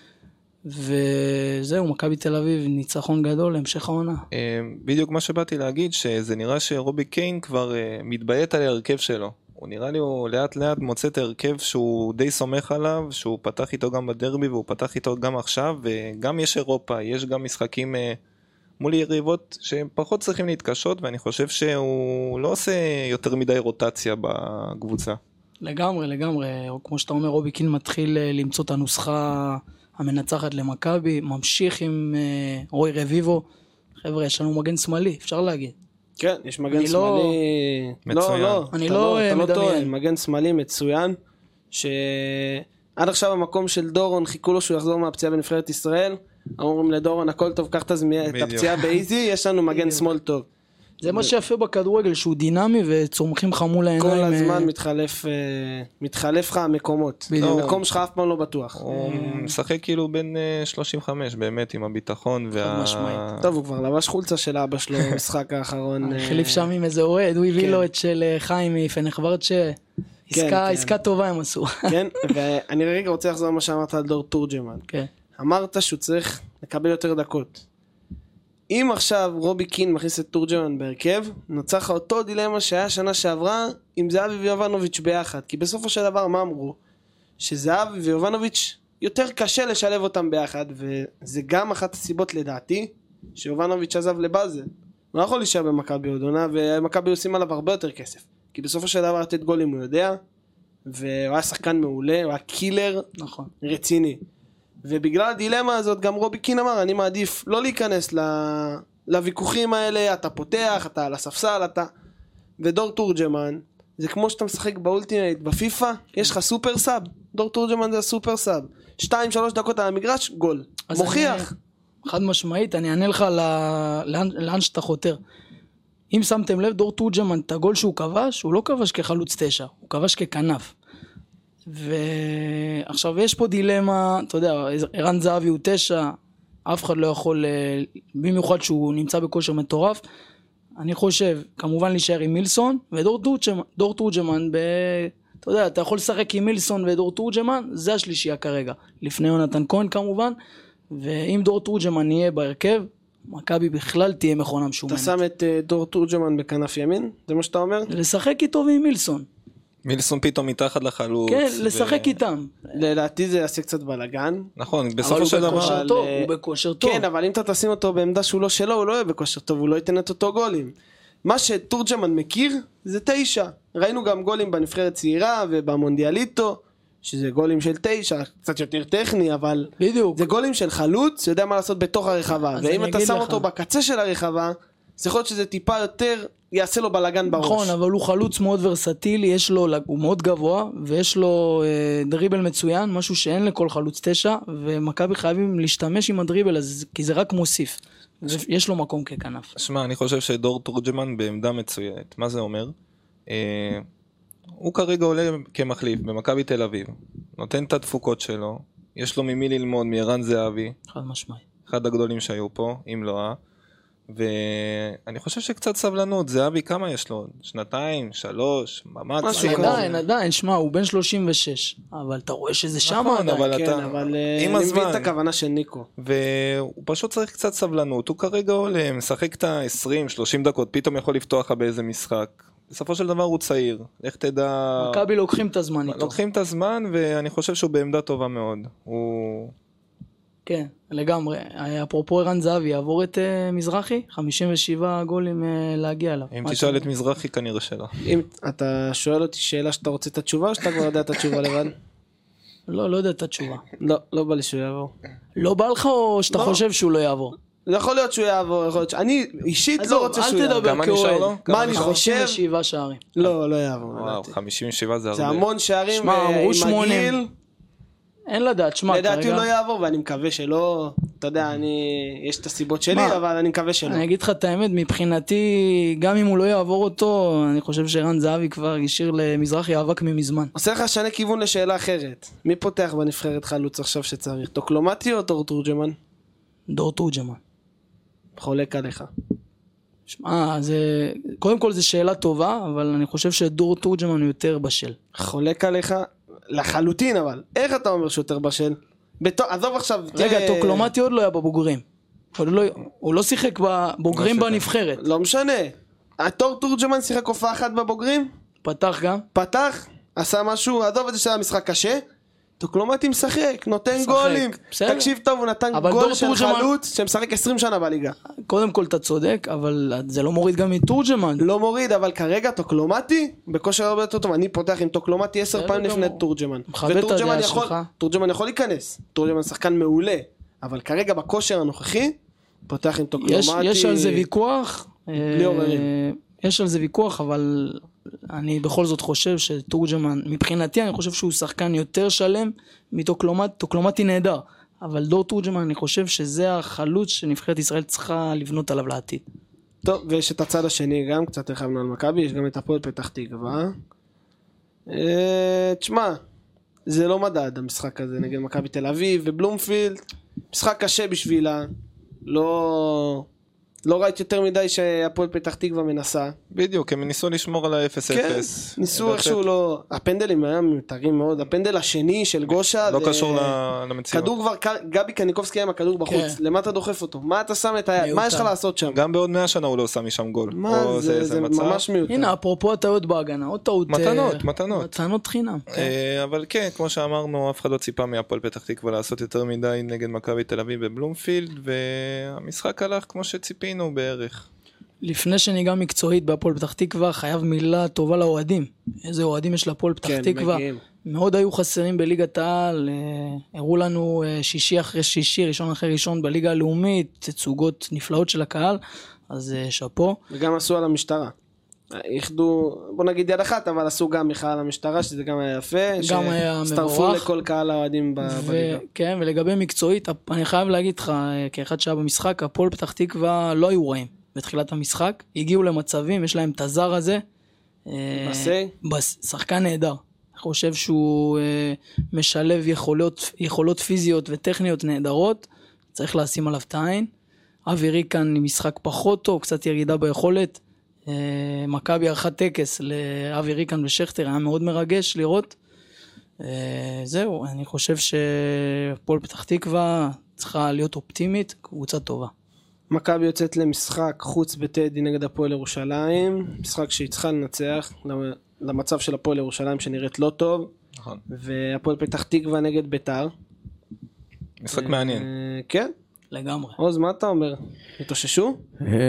וזהו, מכבי תל אביב ניצחון גדול להמשך העונה. בדיוק מה שבאתי להגיד, שזה נראה שרובי קיין כבר מתביית על ההרכב שלו. הוא נראה לי, הוא לאט לאט מוצא את ההרכב שהוא די סומך עליו, שהוא פתח איתו גם בדרבי, והוא פתח איתו גם עכשיו, וגם יש אירופה, יש גם משחקים מול יריבות שהם פחות צריכים להתקשות, ואני חושב שהוא לא עושה יותר מדי רוטציה בקבוצה. לגמרי, כמו שאתה אומר, רובי קין מתחיל למצוא את הנוסחה המנצחת למכבי, ממשיך עם רוי רביבו, חבר'ה, יש לנו מגן שמאלי, אפשר להגיד. כן, יש מגן שמאלי מצוין. אני לא מדמיין. מגן שמאלי מצוין, שעד עכשיו המקום של דורון חיכו לו שהוא יחזור מהפציעה בנבחרת ישראל, אומרים לדורון הכל טוב, קח את הפציעה באיזי, יש לנו מגן שמאל טוב. זה מה שיפה בכדורגל, שהוא דינמי וצומחים חמול העיניים. כל הזמן מתחלף לך המקומות. המקום שלך אף פעם לא בטוח. הוא משחק כאילו בין 35 באמת עם הביטחון. טוב, הוא כבר לבש חולצה של אבא שלו במשחק האחרון. החליף שם עם איזה אוהד, הוא הביא לו את של חיים מפנרבחצ'ה. עסקה טובה הם עשו. כן, ואני רגע רוצה לחזור מה שאמרת על דור תורג'מן. אמרת שהוא צריך לקבל יותר דקות. אם עכשיו רובי קין מכניס את תורג'מן בהרכב, נוצר לך אותו דילמה שהיה שנה שעברה עם זהבי ויובנוביץ' ביחד. כי בסופו של דבר מה אמרו? שזהבי ויובנוביץ' יותר קשה לשלב אותם ביחד, וזה גם אחת הסיבות לדעתי, שיובנוביץ' עזב לבאזל. הוא לא יכול להישאר במכבי עוד עונה, ומכבי עושים עליו הרבה יותר כסף. כי בסופו של דבר לתת גולים הוא יודע, והוא היה שחקן מעולה, הוא היה קילר רציני. ובגלל הדילמה הזאת גם רובי קין אמר, אני מעדיף לא להיכנס לוויכוחים האלה, אתה פותח, אתה על הספסל, ודור תורג'מן, זה כמו שאתה משחק באולטימייט, בפיפה, יש לך סופר סאב, דור תורג'מן זה הסופר סאב, 2-3 דקות על המגרש, גול, מוכיח. חד משמעית, אני אענה לך לאן שאתה חותר. אם שמתם לב, דור תורג'מן, את הגול שהוא כבש, הוא לא כבש כחלוץ 9, הוא כבש ככנף. ועכשיו יש פה דילמה, אתה יודע, ערן זהבי הוא 9, אף אחד לא יכול, במיוחד שהוא נמצא בכושר מטורף, אני חושב, כמובן להישאר עם מילסון, ודור תורג'מן, אתה יודע, אתה יכול לשחק עם מילסון ודור תורג'מן, זה השלישייה כרגע, לפני יונתן כהן כמובן, ואם דור תורג'מן יהיה בהרכב, מכבי בכלל תהיה מכונה משומנת. אתה שם את דור תורג'מן בכנף ימין? זה מה שאתה אומר? לשחק איתו ועם מילסון. מילסון פתאום מתחת לחלוץ. כן, לשחק איתם. לדעתי זה יעשה קצת בלגן. נכון, בסופו של דבר. הוא בכושר טוב. כן, אבל אם אתה תשים אותו בעמדה שהוא לא שלו, הוא לא יהיה בכושר טוב, הוא לא ייתן את אותו גולים. מה שתורג'מן מכיר זה 9. ראינו גם גולים בנבחרת צעירה ובמונדיאליטו, שזה גולים של 9, קצת יותר טכני, אבל בדיוק. זה גולים של חלוץ, יודע מה לעשות בתוך הרחבה. ואם אתה שם אותו בקצה של הרחבה, זה יכול להיות שזה טיפה יותר יעשה לו בלגן בראש. נכון, אבל הוא חלוץ מאוד ורסטילי, הוא מאוד גבוה, ויש לו דריבל מצוין, משהו שאין לכל חלוץ 9, ומכבי חייבים להשתמש עם הדריבל הזה, כי זה רק מוסיף. יש לו מקום ככנף. שמע, אני חושב שדור תורג'מן בעמדה מצוינת. מה זה אומר? הוא כרגע עולה כמחליף במכבי תל אביב, נותן את התפוקות שלו, יש לו ממי ללמוד, מערן זהבי, חד משמעי. אחד הגדולים שהיו פה, אם לא ואני חושב שקצת סבלנות, זהבי כמה יש לו? 2, 3, ממש עדיין, שמע, הוא בן 36, אבל אתה רואה שזה שם עדיין. אבל אני מבין את הכוונה של ניקו. והוא פשוט צריך קצת סבלנות, הוא כרגע עולה, משחק את ה-20-30 דקות, פתאום יכול לפתוח באיזה משחק. בסופו של דבר הוא צעיר, איך תדע... מכבי לוקחים את הזמן איתו. לוקחים את הזמן, ואני חושב שהוא בעמדה טובה מאוד. כן, לגמרי. אפרופו ערן זהבי, יעבור את מזרחי? 57 גולים להגיע אליו. אם תשאל את מזרחי, כנראה שלא. אם אתה שואל אותי שאלה שאתה רוצה את התשובה, או שאתה כבר יודע את התשובה לבד? לא יודע את התשובה. לא בא לי שהוא יעבור. לא בא לך או שאתה חושב שהוא לא יעבור? יכול להיות שהוא יעבור, יכול להיות אני אישית לא רוצה שהוא יעבור. גם אני שאר לו? מה אני חושב? 57 שערים. לא יעבור. וואו, 57 זה הרבה. זה המון שערים, עם הגיל. אין לדעת, שמע, לדעתי הוא לא יעבור, ואני מקווה שלא, אתה יודע, יש את הסיבות שלי, אבל אני מקווה שלא. אני אגיד לך את האמת, מבחינתי, גם אם הוא לא יעבור אותו, אני חושב שערן זהבי כבר השאיר למזרחי אבק ממזמן. עושה לך שנה כיוון לשאלה אחרת. מי פותח בנבחרת חלוץ עכשיו שצריך? טוקלומטי או דור תורג'מן? דור תורג'מן. חולק עליך. קודם כל זו שאלה טובה, אבל אני חושב שדור תורג'מן הוא יותר בשל. חולק עליך? לחלוטין, אבל איך אתה אומר שהוא יותר בשל? עזוב עכשיו. רגע, טוקלומטי עוד לא היה בבוגרים. הוא לא שיחק בבוגרים בנבחרת. לא משנה. דור תורג'מן שיחק הופעה אחת בבוגרים? פתח גם. פתח? עשה משהו? עזוב את זה שהיה משחק קשה? טוקלומטי משחק, נותן גולים. תקשיב טוב, הוא נתן גול של חלוץ שמשחק 20 שנה בליגה. קודם כל אתה צודק, אבל זה לא מוריד גם מתורג'מן. לא מוריד, אבל כרגע טוקלומטי בכושר הרבה יותר טוב. אני פותח עם טוקלומטי 10 פעמים לפני טורג'מן. וטורג'מן יכול להיכנס. טורג'מן שחקן מעולה, אבל כרגע בכושר הנוכחי פותח עם טוקלומטי. יש על זה ויכוח. יש על זה ויכוח, אבל אני בכל זאת חושב שטורג'מן, מבחינתי אני חושב שהוא שחקן יותר שלם מטוקלומטי, טוקלומטי נהדר, אבל דור תורג'מן אני חושב שזה החלוץ שנבחרת ישראל צריכה לבנות עליו לעתיד. טוב, ויש את הצד השני גם, קצת הרחבנו על מכבי, יש גם את הפועל פתח תקווה. תשמע, זה לא מדד המשחק הזה נגד מכבי תל אביב ובלומפילד, משחק קשה בשבילה, לא ראיתי יותר מדי שהפועל פתח תקווה מנסה. בדיוק, הם ניסו לשמור על ה-0-0. כן, ניסו איכשהו לא... הפנדלים היה מיותרים מאוד. הפנדל השני של גושה... לא קשור למציאות. כדור כבר... גבי קניקובסקי עם הכדור בחוץ. למה אתה דוחף אותו? מה אתה שם את היד? מה יש לך לעשות שם? גם בעוד 100 שנה הוא לא עושה משם גול. מה זה ממש מיותר. הנה, אפרופו הטעות בהגנה. עוד טעות... מתנות חינם. אבל כן, כמו שאמרנו, אף אחד לא ציפה מהפועל פתח תקווה לעשות יותר מדי נגד מכבי תל אביב בבלומפילד, והמשחק הלך כמו שציפינו בערך. לפני שניגע מקצועית בהפועל פתח תקווה, חייב מילה טובה לאוהדים. איזה אוהדים יש להפועל פתח תקווה. מאוד היו חסרים בליגת העל, הראו לנו שישי אחרי שישי, ראשון אחרי ראשון בליגה הלאומית, תצוגות נפלאות של הקהל, אז שפו. וגם עשו על המשטרה. יחדו, בוא נגיד יד אחת, אבל עשו גם מחאה על המשטרה, שזה גם היה יפה, גם היה שסתרפו מבורך. לכל קהל האוהדים בליגה. כן, ולגבי מקצועית, אני חייב להגיד לך, כאחד שהיה במשחק, הפועל פתח תקווה לא היו רעים בתחילת המשחק, הגיעו למצבים, יש להם את הזר הזה, שחקן נהדר. אני חושב שהוא משלב יכולות פיזיות וטכניות נהדרות, צריך לשים עליו את העין. אבי ריקן עם משחק פחות טוב, קצת ירידה ביכולת, מכבי ערכה טקס לאבי ריקן ושכטר, היה מאוד מרגש לראות. זהו, אני חושב שפועל פתח תקווה צריכה להיות אופטימית, קבוצה טובה. מכבי יוצאת למשחק חוץ בטדי נגד הפועל ירושלים, משחק שהיא צריכה לנצח למצב של הפועל ירושלים שנראית לא טוב, נכון. והפועל פתח תקווה נגד ביתר. משחק מעניין. כן? לגמרי. עוז, מה אתה אומר? התאוששו?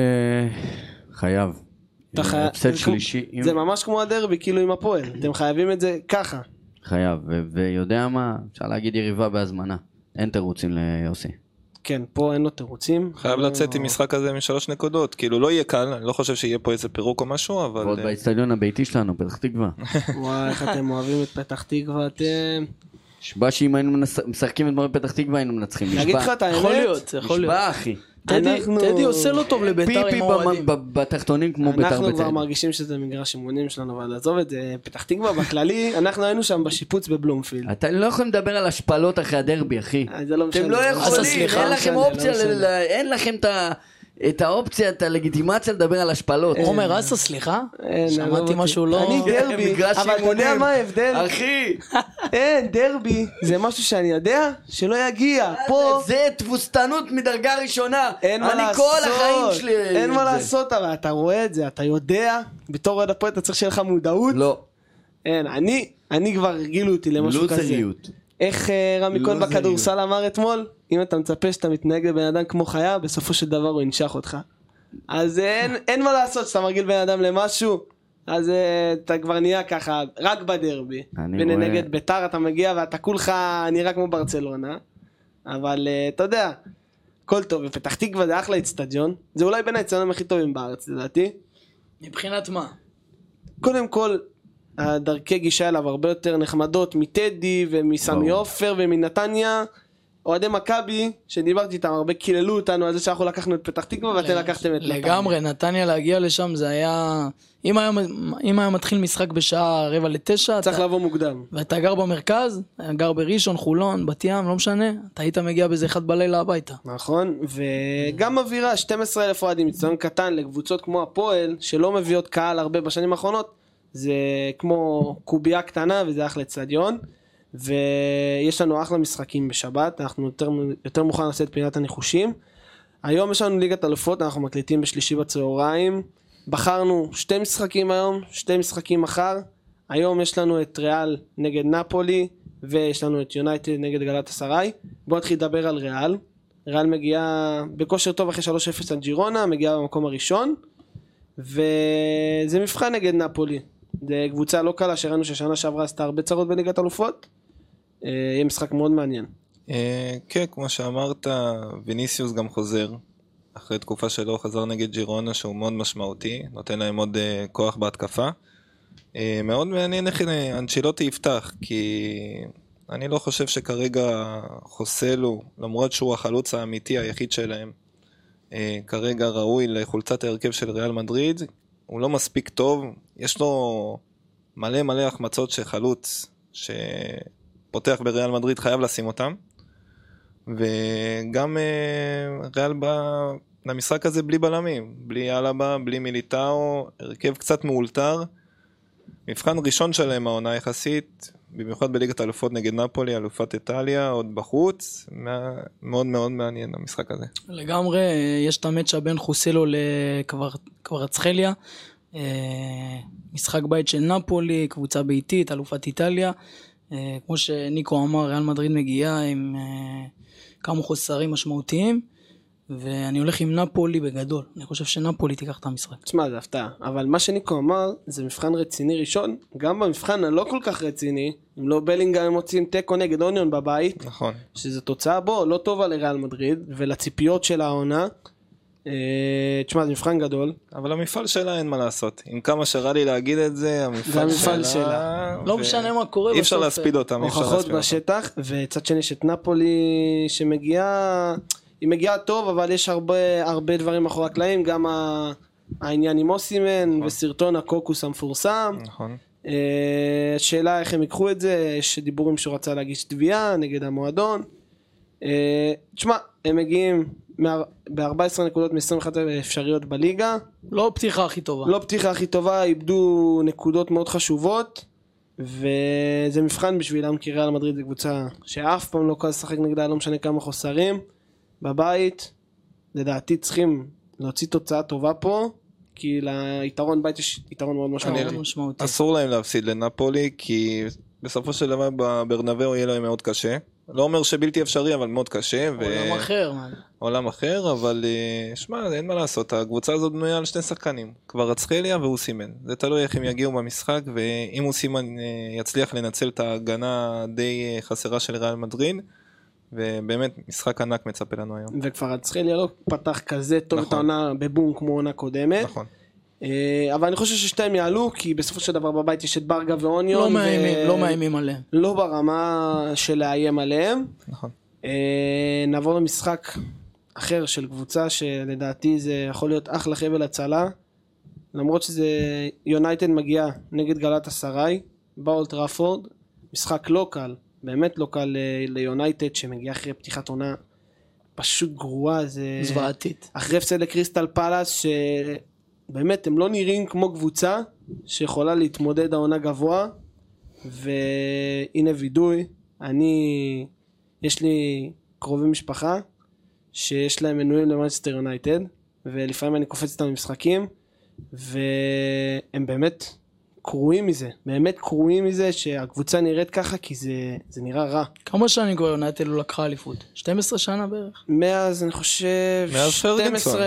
חייב. הפסד שלישי. זה ממש כמו הדרבי, כאילו עם הפועל. אתם חייבים את זה ככה. חייב, ויודע מה? אפשר להגיד יריבה בהזמנה. אין תירוצים ליוסי. כן, פה אין לו תירוצים. חייב לצאת עם משחק הזה מ3 נקודות. כאילו לא יהיה קל, אני לא חושב שיהיה פה איזה פירוק או משהו, אבל... ועוד באצטדיון הביתי שלנו, פתח תקווה. וואי, איך אתם אוהבים את פתח תקווה, אתם... נשבע שאם היינו משחקים את מורי פתח תקווה היינו מנצחים. להגיד לך את האמת? יכול להיות. נשבע אחי. טדי עושה לו טוב לביתר עם האוהדים. בתחתונים כמו ביתר אנחנו כבר בטדי. מרגישים שזה מגרש אימונים שלנו, אבל לעזוב את זה, פתח תקווה בכללי, אנחנו היינו שם בשיפוץ בבלומפילד. אתם לא יכולים לדבר על השפלות אחרי הדרבי, אחי. זה לא משנה. אתם לא יכולים, אין לכם אופציה, אין לכם את האופציה, את הלגיטימציה לדבר על השפלות. עומר אסה, סליחה? שמעתי משהו לא... אני דרבי, אבל אתה יודע מה ההבדל? אחי, אין, דרבי, זה משהו שאני יודע שלא יגיע. פה זה תבוסתנות מדרגה ראשונה. אין מה אני לעשות. כל החיים שלי... אין מה לעשות, אבל אתה רואה את זה, אתה יודע, בתור אוהד הפועל אתה צריך שיהיה לך מודעות. לא. אין, אני כבר הרגילו אותי למשהו כזה. לוזריות. איך רמי כהן בכדורסל אמר אתמול? אם אתה מצפה שאתה מתנהג לבן אדם כמו חיה, בסופו של דבר הוא ינשך אותך. אז אין מה לעשות שאתה מרגיל בן אדם למשהו, אז אתה כבר נהיה ככה, רק בדרבי. ונגד ביתר אתה מגיע ואתה כולך נראה כמו ברצלונה. אבל אתה יודע, כל טוב, ופתח תקווה זה אחלה אצטדיון. זה אולי בין האצטדיונים הכי טובים בארץ, לדעתי. מבחינת מה? קודם כל, הדרכי גישה אליו הרבה יותר נחמדות מטדי ומסמי עופר ומנתניה. אוהדי מכבי, שדיברתי איתם, הרבה קיללו אותנו על זה שאנחנו לקחנו את פתח תקווה ואתם לקחתם את נתניה. לגמרי, נתניה להגיע לשם זה היה... אם היה מתחיל משחק בשעה 8:45, צריך לבוא מוקדם. ואתה גר במרכז, גר בראשון, חולון, בת ים, לא משנה, אתה היית מגיע באיזה 1 בלילה הביתה. נכון, וגם אווירה, 12,000 אוהדים, אצטדיון קטן לקבוצות כמו הפועל, שלא מביאות קהל הרבה בשנים האחרונות, זה כמו קובייה קטנה וזה אחלה אצטדיון. ויש לנו אחלה משחקים בשבת, אנחנו יותר מוכן לעשות פינת הניחושים. היום יש לנו ליגת אלופות, אנחנו מקליטים בשלישי בצהריים, בחרנו 2 משחקים היום, 2 משחקים מחר. היום יש לנו את ריאל נגד נפולי, ויש לנו את יונייטד נגד גלאטסראי. בואו נתחיל לדבר על ריאל. ריאל מגיעה בכושר טוב אחרי 3-0 על ג'ירונה, מגיעה במקום הראשון, וזה מבחן נגד נפולי. זה קבוצה לא קלה, שראינו ששנה שעברה עשתה הרבה צרות בליגת אלופות. יהיה משחק מאוד מעניין. כן, כמו שאמרת, ויניסיוס גם חוזר, אחרי תקופה שלו חזר נגד ג'ירונה, שהוא מאוד משמעותי, נותן להם עוד כוח בהתקפה. מאוד מעניין איך אנצ'ילוטי יפתח, כי אני לא חושב שכרגע חוסלו, למרות שהוא החלוץ האמיתי היחיד שלהם, כרגע ראוי לחולצת ההרכב של ריאל מדריד, הוא לא מספיק טוב, יש לו מלא החמצות שחלוץ, פותח בריאל מדריד חייב לשים אותם, וגם ריאל בא למשחק הזה בלי בלמים, בלי אלבה, בלי מיליטאו, הרכב קצת מאולתר, מבחן ראשון שלהם העונה יחסית, במיוחד בליגת האלופות נגד נפולי, אלופת איטליה, עוד בחוץ, מאוד מאוד מעניין המשחק הזה. לגמרי, יש את המאצ'ה בין חוסלו לקוורצחליה, משחק בית של נפולי, קבוצה ביתית, אלופת איטליה, כמו שניקו אמר, ריאל מדריד מגיעה עם כמה חוסרים משמעותיים, ואני הולך עם נפולי בגדול. אני חושב שנפולי תיקח את המשחק. תשמע, זה הפתעה. אבל מה שניקו אמר, זה מבחן רציני ראשון. גם במבחן הלא כל כך רציני, אם לא בלינגהאם הם מוצאים תיקו נגד אוניון בבית, נכון. שזו תוצאה בו לא טובה לריאל מדריד, ולציפיות של העונה. תשמע, זה מבחן גדול. אבל המפעל שלה אין מה לעשות. עם כמה שרע לי להגיד את זה, זה המפעל שלה. לא משנה מה קורה אי אפשר בסוף. להספיד אותם. אי אפשר הוכחות להספיד אותם. בשטח, וצד שני יש את נפולי שמגיעה, היא מגיעה טוב, אבל יש הרבה דברים מאחורי הקלעים, גם העניין עם אוסימן וסרטון הקוקוס המפורסם. נכון. שאלה איך הם ייקחו את זה, יש דיבורים שהוא רצה להגיש תביעה נגד המועדון. תשמע, הם מגיעים ב-14 נקודות מ-21 אפשריות בליגה. לא פתיחה הכי טובה. לא פתיחה הכי טובה, איבדו נקודות מאוד חשובות, וזה מבחן בשבילם, כי ריאל מדריד זה קבוצה שאף פעם לא קל לשחק נגדה, לא משנה כמה חוסרים בבית. לדעתי צריכים להוציא תוצאה טובה פה, כי ליתרון בית יש יתרון מאוד משמעותי. אסור להם להפסיד לנפולי, כי בסופו של דבר בברנבאו יהיה להם מאוד קשה. לא אומר שבלתי אפשרי, אבל מאוד קשה. עולם אחר. עולם אחר, אבל שמע, אין מה לעשות. הקבוצה הזאת בנויה על שני שחקנים. כבר רצחליה ואוסימן. זה תלוי איך הם יגיעו במשחק, ואם אוסימן יצליח לנצל את ההגנה די חסרה של ריאל מדריד, ובאמת משחק ענק מצפה לנו היום. וכבר רצחליה לא פתח כזה טוב את העונה בבום כמו עונה קודמת. נכון. אבל אני חושב ששתיים יעלו, כי בסופו של דבר בבית יש את ברגה ואוניון. לא מאיימים עליהם. לא ברמה של לאיים עליהם. נכון. נעבור למשחק אחר של קבוצה שלדעתי זה יכול להיות אחלה חבל הצלה. למרות שזה יונייטד מגיע נגד גלאטסראי באולד טראפורד. משחק לא קל, באמת לא קל ליונייטד שמגיע אחרי פתיחת עונה פשוט גרועה. זוועתית. אחרי הפסד לקריסטל פלאס באמת הם לא נראים כמו קבוצה שיכולה להתמודד העונה גבוה, והנה וידוי, יש לי קרובי משפחה שיש להם מנויים למנצ'סטר יונייטד, ולפעמים אני קופץ איתם במשחקים, והם באמת קרועים מזה שהקבוצה נראית ככה, כי זה נראה רע. כמה שנים כבר יונייטד לא לקחה אליפות? 12 שנה בערך? מאז אני חושב מאז פרגנסון.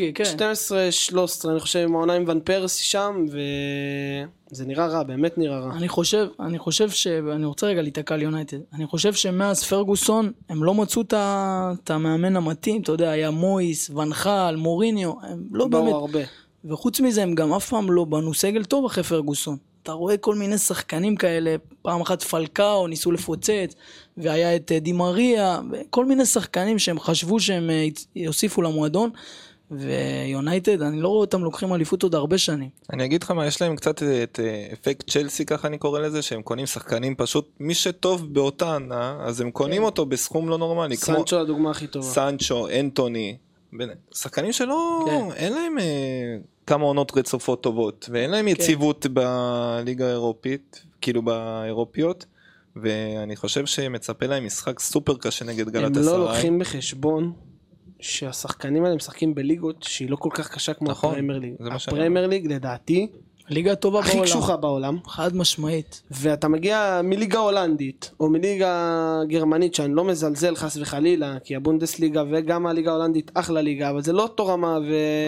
12-13 אני חושב עם העונה עם ון פרסי שם, וזה נראה רע, באמת נראה רע. אני חושב אני רוצה רגע להתעקע על יונייטד. אני חושב שמאז פרגוסון הם לא מצאו את המאמן המתאים, אתה יודע, היה מויס, ונחל, מוריניו, הם לא באמת. הרבה. וחוץ מזה הם גם אף פעם לא בנו סגל טוב אחרי פרגוסון. אתה רואה כל מיני שחקנים כאלה, פעם אחת פלקאו, ניסו לפוצץ, והיה את דימריה, וכל מיני שחקנים שהם חשבו שהם יוסיפו למועדון, ויונייטד, אני לא רואה אותם לוקחים אליפות עוד הרבה שנים. אני אגיד לך מה, יש להם קצת את אפקט צ'לסי, ככה אני קורא לזה, שהם קונים שחקנים פשוט, מי שטוב באותן, אז הם קונים אותו בסכום לא נורמלי. סנצ'ו הדוגמה הכי טובה. סנצ'ו, אנטוני, שחקנים שלא, אין להם כמה עונות רצופות טובות, ואין להם יציבות בליגה האירופית, כאילו באירופיות, ואני חושב שמצפה להם משחק סופר קשה נגד גלאטסראי. הם לא לוקחים בחשבון שהשחקנים האלה משחקים בליגות שהיא לא כל כך קשה כמו הפרמייר ליג. הפרמייר ליג לדעתי הליגה הטובה בעולם. הכי קשוחה בעולם. חד משמעית. ואתה מגיע מליגה הולנדית, או מליגה גרמנית, שאני לא מזלזל חס וחלילה, כי הבונדסליגה וגם הליגה ההולנדית אחלה ליגה, אבל זה לא אותו רמה,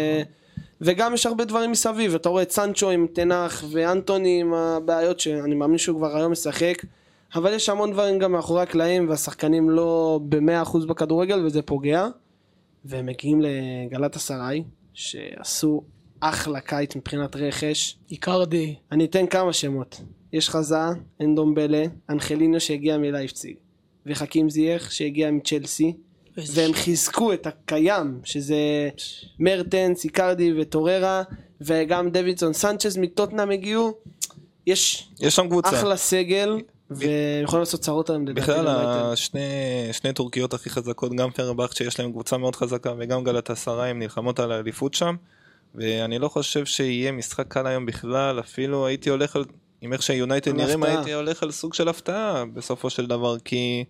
וגם יש הרבה דברים מסביב. אתה רואה את סנצ'ו עם תנח, ואנטוני עם הבעיות שאני מאמין שהוא כבר היום משחק, אבל יש המון דברים גם מאחורי הקלעים, והשחקנים לא ב100% בכדורגל, וזה פוגע. והם מגיעים לגלאטסראי, שעשו אחלה קיץ מבחינת רכש. איקרדי. אני אתן כמה שמות. יש חזה, אנדומבלה, אנחלינו שהגיע מלייפציג, וחכים זייך שהגיע מצ'לסי, והם חיזקו את הקיים, שזה מרטנס, איקרדי וטוררה, וגם דוידסון סנצ'ז מטוטנהאם הגיעו. יש שם קבוצה. אחלה סגל, והם יכולים לעשות צרות עליהם. בכלל שני טורקיות הכי חזקות, גם פרבאך שיש להם קבוצה מאוד חזקה, וגם גלאטסראי הם נלחמות על האליפות שם, ואני לא חושב שיהיה משחק קל היום בכלל, אפילו הייתי הולך על, עם איך שיונייטד נראים, הייתי הולך על סוג של הפתעה בסופו של דבר, כי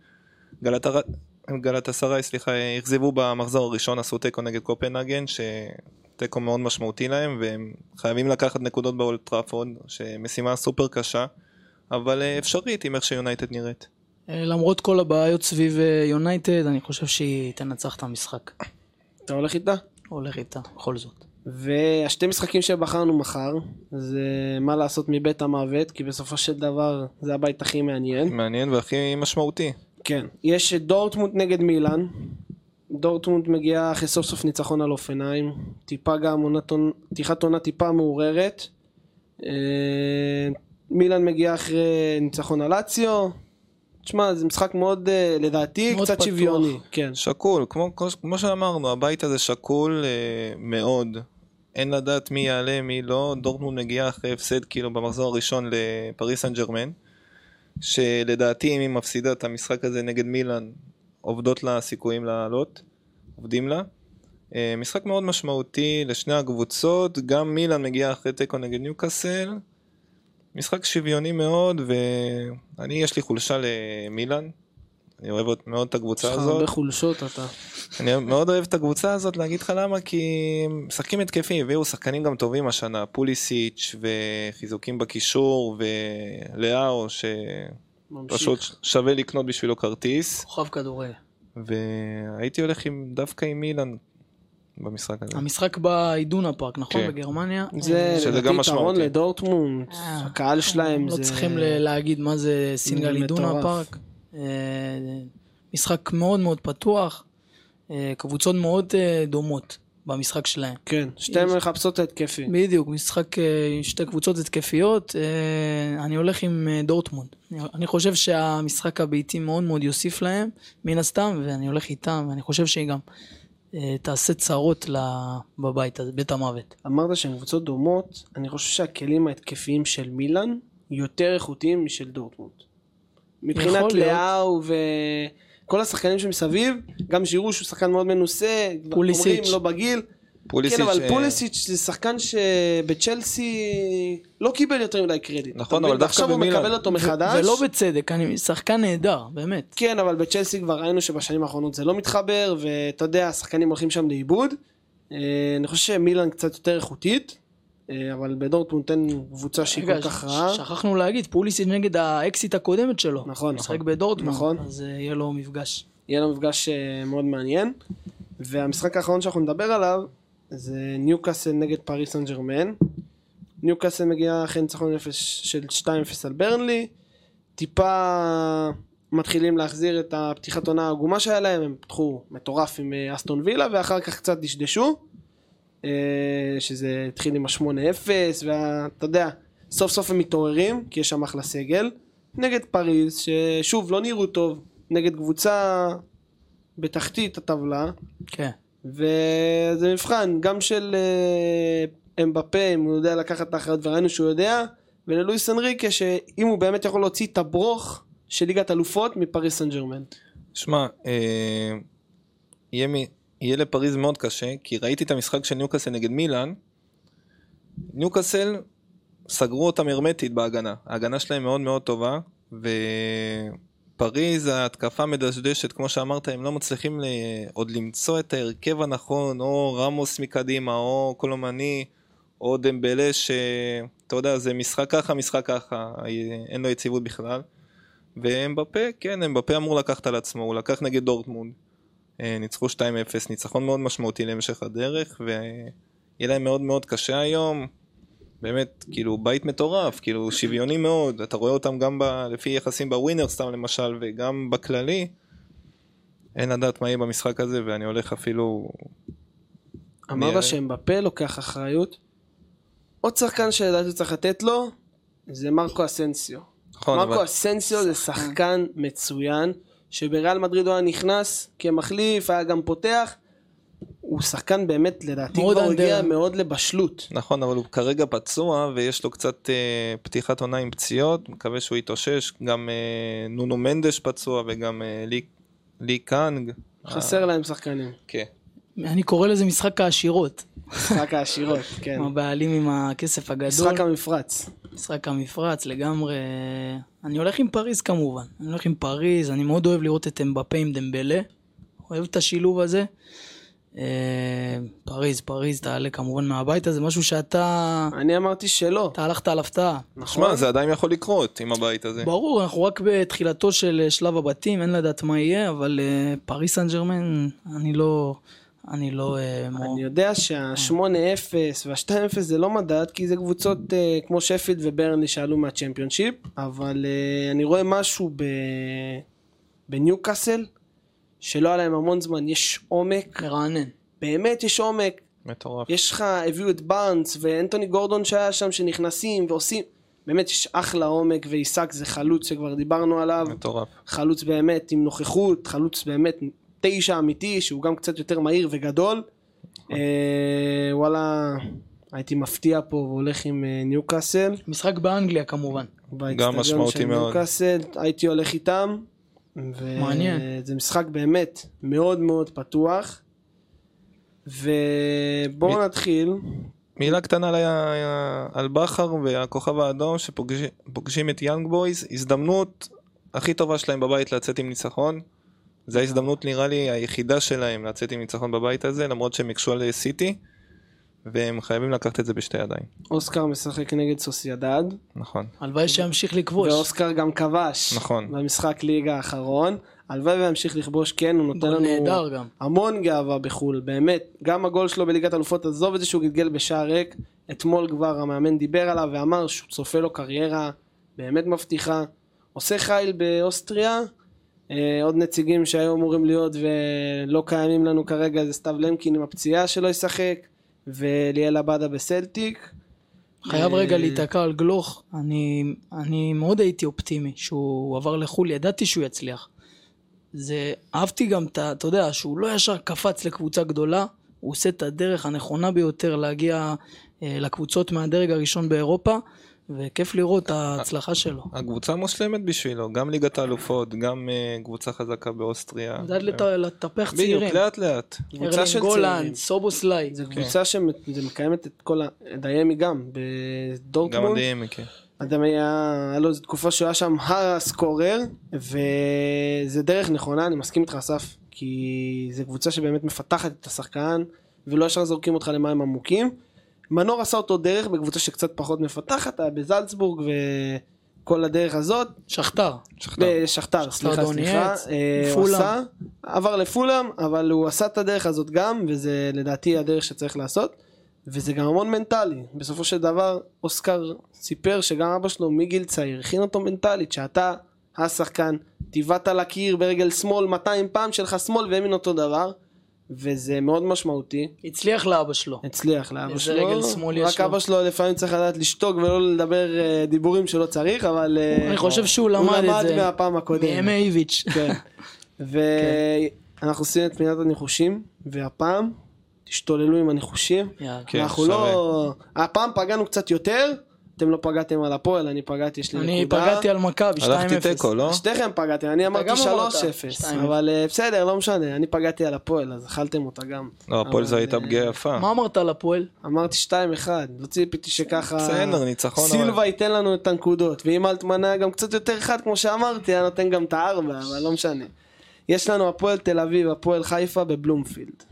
גלאטסראי, החזיבו במחזור הראשון, עשו תיקו נגד קופנהגן, שתיקו מאוד משמעותי להם, והם חייבים לקחת נקודות באולד טראפורד, שמשימה סופר קשה, אבל אפשרית עם איך שיונייטד נראית. למרות כל הבעיות סביב יונייטד, אני חושב שהיא תנצח את המשחק. אתה הולך איתה? הולך איתה, בכל זאת. והשתי משחקים שבחרנו מחר, זה מה לעשות מבית המוות, כי בסופו של דבר זה הבית הכי מעניין. מעניין והכי משמעותי. כן. יש דורטמונד נגד מילאן. דורטמונד מגיעה אחרי סוף סוף ניצחון על אופנהיים. טיפה גם פתיחת עונה טיפה מעוררת. מילאן מגיעה אחרי ניצחון על לאציו. תשמע, זה משחק מאוד, לדעתי, מאוד קצת פתוח. שוויוני. כן. שקול, כמו שאמרנו, הבית הזה שקול מאוד. אין לדעת מי יעלה, מי לא. דורטמונד מגיעה אחרי הפסד כאילו במחזור הראשון לפריס סן ז'רמן, שלדעתי אם היא מפסידה את המשחק הזה נגד מילאן, עובדות לה סיכויים לעלות, עובדים לה. משחק מאוד משמעותי לשני הקבוצות, גם מילאן מגיעה אחרי תיקו נגד ניוקאסל, משחק שוויוני מאוד, יש לי חולשה למילאן, אני אוהב מאוד את הקבוצה יש לך הזאת. הרבה חולשות אתה. אני מאוד אוהב את הקבוצה הזאת, להגיד לך למה, כי משחקים התקפים, הביאו שחקנים גם טובים השנה, פוליסיץ' וחיזוקים בקישור, ולאו, שפשוט שווה לקנות בשבילו כרטיס, כוכב כדורגל. והייתי הולך דווקא עם מילאן במשחק הזה. המשחק באידונה פארק, נכון? כן. בגרמניה? זה שזה לדעתי גם יתרון משמעותי. לדורטמונד, הקהל שלהם לא זה... צריכים להגיד מה זה סינגל אידונה מטורף. פארק. משחק מאוד מאוד פתוח, קבוצות מאוד דומות במשחק שלהם. כן, שתיהן מחפשות התקפי. בדיוק, משחק שתי קבוצות התקפיות, אני הולך עם דורטמונד. אני חושב שהמשחק הביתי מאוד מאוד יוסיף להם, מן הסתם, ואני הולך איתם, ואני חושב שהיא גם תעשה צרות בבית הזה, בית המוות. אמרת שהן קבוצות דומות, אני חושב שהכלים ההתקפיים של מילאן יותר איכותיים משל דורטמונד. מבחינת לאו וכל השחקנים שמסביב, גם ז'ירו שהוא שחקן מאוד מנוסה, פוליסיץ'. אומרים לא בגיל. פוליסיץ', כן, אבל פוליסיץ' זה שחקן שבצ'לסי לא קיבל יותר מדי קרדיט. נכון, אבל דווקא עכשיו הוא במילאן. מקבל אותו מחדש. ולא בצדק, אני שחקן נהדר, באמת. כן, אבל בצ'לסי כבר ראינו שבשנים האחרונות זה לא מתחבר, ואתה יודע, השחקנים הולכים שם לאיבוד. אני חושב שמילאן קצת יותר איכותית, אבל בדורטמונד אין קבוצה שהיא כל כך רעה. שכחנו להגיד, פוליסיץ' נגד האקסיט הקודמת שלו. נכון, משחק נכון. בדורטמונד, נכון. אז יהיה לו מפגש. יהיה לנו מפגש מאוד מעניין. והמשחק האחרון שאנחנו נדבר עליו, זה ניוקאסל נגד פריס סן ז'רמן. ניוקאסל מגיעה אחרי ניצחון של 2-0 על ברנלי. טיפה מתחילים להחזיר את הפתיחת עונה העגומה שהיה להם, הם פתחו מטורף עם אסטון וילה, ואחר כך קצת דשדשו. שזה התחיל עם ה-8-0, ואתה יודע, סוף סוף הם מתעוררים, כי יש שם אחלה סגל, נגד פריז, ששוב לא נראו טוב, נגד קבוצה בתחתית הטבלה, כן. וזה מבחן, גם של אמבפה, אם הוא יודע לקחת את האחריות, וראינו שהוא יודע, וללואיס אנריקה, שאם הוא באמת יכול להוציא את הברוך של ליגת אלופות מפריז סן ז'רמן. שמע, יהיה לפריז מאוד קשה, כי ראיתי את המשחק של ניוקאסל נגד מילאן. ניוקאסל סגרו אותם הרמטית בהגנה. ההגנה שלהם מאוד מאוד טובה, ופריז, ההתקפה מדשדשת, כמו שאמרת, הם לא מצליחים עוד למצוא את ההרכב הנכון, או רמוס מקדימה, או קולומני, או דמבלה, שאתה יודע, זה משחק ככה, משחק ככה, אין לו יציבות בכלל. ואמבפה, כן, אמבפה אמור לקחת על עצמו, הוא לקח נגד דורטמונד. ניצחו 2-0, ניצחון מאוד משמעותי להמשך הדרך, ויהיה להם מאוד מאוד קשה היום, באמת, כאילו, בית מטורף, כאילו, שוויוני מאוד, אתה רואה אותם גם לפי יחסים בווינר סתם למשל, וגם בכללי, אין לדעת מה יהיה במשחק הזה, ואני הולך אפילו... אמרת שאמבפה לוקח אחריות, עוד שחקן שלדעתי צריך לתת לו, זה מרקו אסנסיו. מרקו אסנסיו זה שחקן מצוין, שבריאל מדריד הוא היה נכנס כמחליף, היה גם פותח, הוא שחקן באמת לדעתי כבר הגיע מאוד לבשלות. נכון, אבל הוא כרגע פצוע ויש לו קצת פתיחת עונה עם פציעות, מקווה שהוא יתאושש, גם נונו מנדש פצוע וגם לי קאנג. חסר להם שחקנים. כן. אני קורא לזה משחק העשירות. משחק העשירות, כן. הבעלים עם הכסף הגדול. משחק המפרץ. משחק המפרץ לגמרי. אני הולך עם פריז כמובן. אני הולך עם פריז, אני מאוד אוהב לראות את אמבפה עם דמבלה. אוהב את השילוב הזה. פריז תעלה כמובן מהבית הזה, משהו שאתה... אני אמרתי שלא. אתה הלכת על הפתעה. נכון, זה עדיין יכול לקרות עם הבית הזה. ברור, אנחנו רק בתחילתו של שלב הבתים, אין לדעת מה יהיה, אבל פריז סן ז'רמן, אני לא... אני יודע שה-8-0 וה-2-0 זה לא מדד, כי זה קבוצות כמו שפילד וברנלי שעלו מהצ'מפיונשיפ, אבל אני רואה משהו בניוקאסל, שלא היה להם המון זמן, יש עומק. מרענן. באמת יש עומק. מטורף. יש לך, הביאו את בארנס ואנטוני גורדון שהיה שם שנכנסים ועושים, באמת יש אחלה עומק, ואיסק זה חלוץ שכבר דיברנו עליו. מטורף. חלוץ באמת עם נוכחות, חלוץ באמת 9 אמיתי, שהוא גם קצת יותר מהיר וגדול. וואלה, הייתי מפתיע פה והולך עם ניוקאסל. משחק באנגליה כמובן. גם משמעותי מאוד. ניוקאסל, הייתי הולך איתם. מעניין. זה משחק באמת מאוד מאוד פתוח. ובואו נתחיל. מילה קטנה על בכר והכוכב האדום שפוגשים את יאנג בויז, הזדמנות הכי טובה שלהם בבית לצאת עם ניצחון. זו ההזדמנות נראה לי היחידה שלהם לצאת עם ניצחון בבית הזה, למרות שהם יקשו על סיטי, והם חייבים לקחת את זה בשתי ידיים. אוסקר משחק נגד סוסיידד. נכון. הלוואי שימשיך לכבוש. ואוסקר גם כבש. נכון. במשחק ליגה האחרון. הלוואי וימשיך לכבוש, כן, הוא נותן לנו המון גאווה בחול, באמת. גם הגול שלו בליגת אלופות, עזוב את זה שהוא גלגל בשער ריק. אתמול כבר המאמן דיבר עליו ואמר שהוא צופה לו קריירה באמת מבטיחה. עושה חייל באוסטריה. עוד נציגים שהיו אמורים להיות ולא קיימים לנו כרגע, זה סתיו למקין עם הפציעה שלא ישחק, וליאל עבדה בסלטיק. חייב רגע להתעקע על גלוך. אני מאוד הייתי אופטימי שהוא עבר לחול, ידעתי שהוא יצליח. אהבתי גם אתה יודע, שהוא לא ישר קפץ לקבוצה גדולה, הוא עושה את הדרך הנכונה ביותר להגיע לקבוצות מהדרג הראשון באירופה, וכיף לראות את ההצלחה שלו. הקבוצה מושלמת בשבילו, גם ליגת האלופות, גם קבוצה חזקה באוסטריה. יודעת לטפח צעירים. בדיוק, לאט לאט. קבוצה של גולנד, סובוסליי. זה קבוצה שמקיימת את כל הדיימי גם, בדורטמונד. גם הדיימי, כן. אדם היה לו איזו תקופה שהוא היה שם הסקורר, וזה דרך נכונה, אני מסכים איתך אסף, כי זה קבוצה שבאמת מפתחת את השחקן, ולא ישר זורקים אותך למים עמוקים. מנור עשה אותו דרך בקבוצה שקצת פחות מפתחת, היה בזלצבורג וכל הדרך הזאת. שכתר. סליחה. הוא עשה, עבר לפולאם, אבל הוא עשה את הדרך הזאת גם, וזה לדעתי הדרך שצריך לעשות, וזה גם המון מנטלי. בסופו של דבר, אוסקר סיפר שגם אבא שלו מגיל צעיר, הכין אותו מנטלית, שאתה השחקן, טיבעת לקיר ברגל שמאל 200 פעם שלך שמאל, והאמין אותו דבר, וזה מאוד משמעותי. הצליח לאבא שלו. איזה רגל שמאל יש לו. רק אבא שלו לפעמים צריך לדעת לשתוק ולא לדבר דיבורים שלא צריך, אבל אני חושב שהוא למד את זה מהפעם הקודמת. מימי איביץ'. כן. ואנחנו עושים את פינת הניחושים, והפעם תשתוללו עם הניחושים. אנחנו לא... הפעם פגענו קצת יותר, אתם לא פגעתם על הפועל, אני פגעתי, יש לי נקודה. אני פגעתי על מכבי, 2-0. הלכתי טקו, לא? שתיכם פגעתם, אני אמרתי 3-0, אבל בסדר, לא משנה, אני פגעתי על הפועל, אז אכלתם אותה גם. לא, הפועל זו הייתה פגיעה יפה. מה אמרת על הפועל? אמרתי 2-1, לא ציפיתי שככה... בסדר, ניצחון. סילבה ייתן לנו את הנקודות, ואם אלטמן היה גם קצת יותר חד, כמו שאמרתי, היה נותן גם את הארבע, אבל לא משנה. יש לנו הפועל תל אביב, הפועל חיפה בבלומפילד.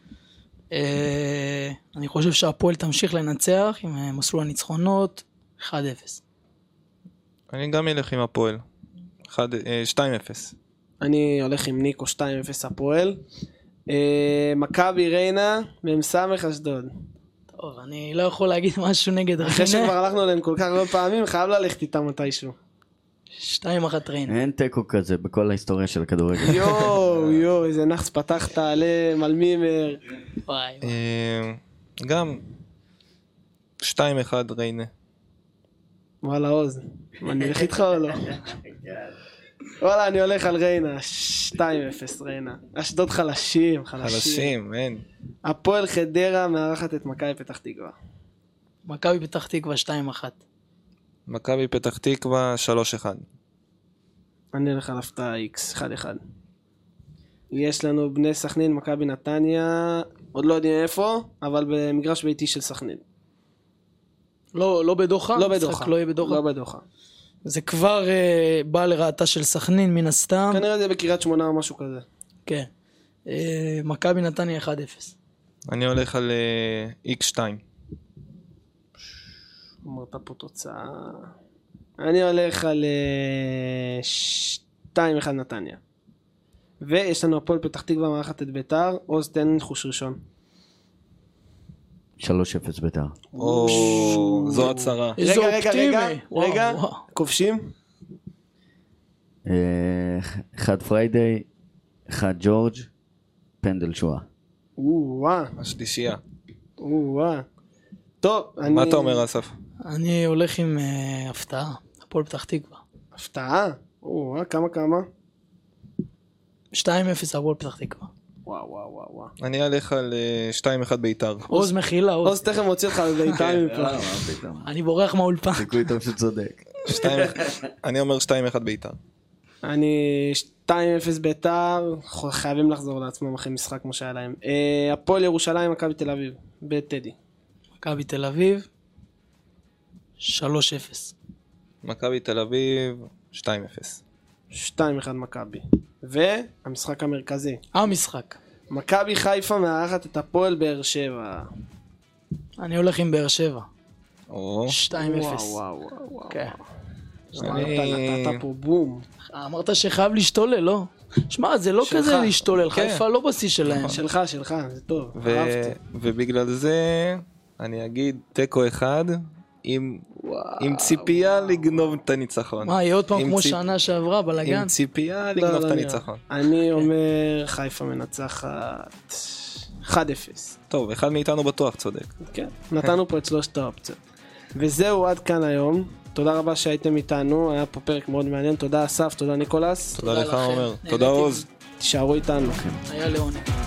אני חושב שהפועל תמשיך לנצח עם מסלול הניצחונות 1-0. אני גם אלך עם הפועל 2-0. אני הולך עם ניקו 2-0 הפועל. מכבי ריינה ומסמך אשדוד. טוב, אני לא יכול להגיד משהו נגד ריינה. אחרי שכבר הלכנו אליהם כל כך הרבה פעמים, חייב ללכת איתם מתישהו. 2-1 ריינה. אין טקו כזה בכל ההיסטוריה של הכדורגל. יואו, איזה נחס פתחת עליהם, על מימר. וואי. גם 2-1 ריינה. וואלה עוז, אני הולך איתך או לא? וואלה, אני הולך על ריינה, 2-0 ריינה. אשדוד חלשים. חלשים, אין. הפועל חדרה מארחת את מכבי פתח תקווה. מכבי פתח תקווה 2-1. מכבי פתח תקווה 3-1. אני הולך על הפתעה X, 1-1. יש לנו בני סכנין, מכבי נתניה, עוד לא יודעים איפה, אבל במגרש ביתי של סכנין. לא בדוחה? לא בדוחה. לא יהיה בדוחה? לא בדוחה. זה כבר בא לרעתה של סכנין מן הסתם. כנראה זה בקריית שמונה או משהו כזה. כן. מכבי נתניה 1-0. אני הולך על X2. אמרת פה תוצאה. אני הולך על 2-1 נתניה. ויש לנו הפועל פתח תקווה מארחת את ביתר, עוז תן ניחוש ראשון. 3-0 ביתר. זו הצהרה. איזה אופטימי. רגע, וואו. כובשים? 1 פריידי, 1 ג'ורג', פנדל שואה. וואה, השלישייה. וואה. טוב, אני... מה אתה אומר, אסף? אני הולך עם הפתעה, הפועל פתח תקווה. הפתעה? וואה, כמה? 2-0 הפועל פתח תקווה. וואו. אני אלך על 2-1 ביתר. עוז מחילה, עוז. עוז תכף מוציא אותך בביתר מפה. אני בורח מהאולפן. סיכוי טוב שצודק. אני אומר 2-1 ביתר. אני 2-0 ביתר, חייבים לחזור לעצמם אחרי משחק כמו שהיה להם. הפועל ירושלים, מכבי תל אביב, בטדי. מכבי תל אביב, 3-0. מכבי תל אביב, 2-0. 2-1 מכבי. והמשחק המרכזי. המשחק. מכבי חיפה מארחת את הפועל באר שבע. אני הולך עם באר שבע. 2-0. וואו. כן. נתת פה בום. אמרת שחייב להשתולל, לא? שמע, זה לא כזה להשתולל, חיפה לא בשיא שלהם. שלך, זה טוב. אהבתי. ובגלל זה אני אגיד תיקו 1 עם ציפייה לגנוב את הניצחון. מה, יהיה עוד פעם כמו שנה שעברה בלגן? עם ציפייה לגנוב את הניצחון. אני אומר חיפה מנצחת 1-0. טוב, אחד מאיתנו בטוח צודק. כן, נתנו פה את 3 האופציות. וזהו עד כאן היום. תודה רבה שהייתם איתנו, היה פה פרק מאוד מעניין. תודה אסף, תודה ניקולס. תודה לך לכם. עומר. נהניתי. תודה עוז. תישארו איתנו. היה לעונג.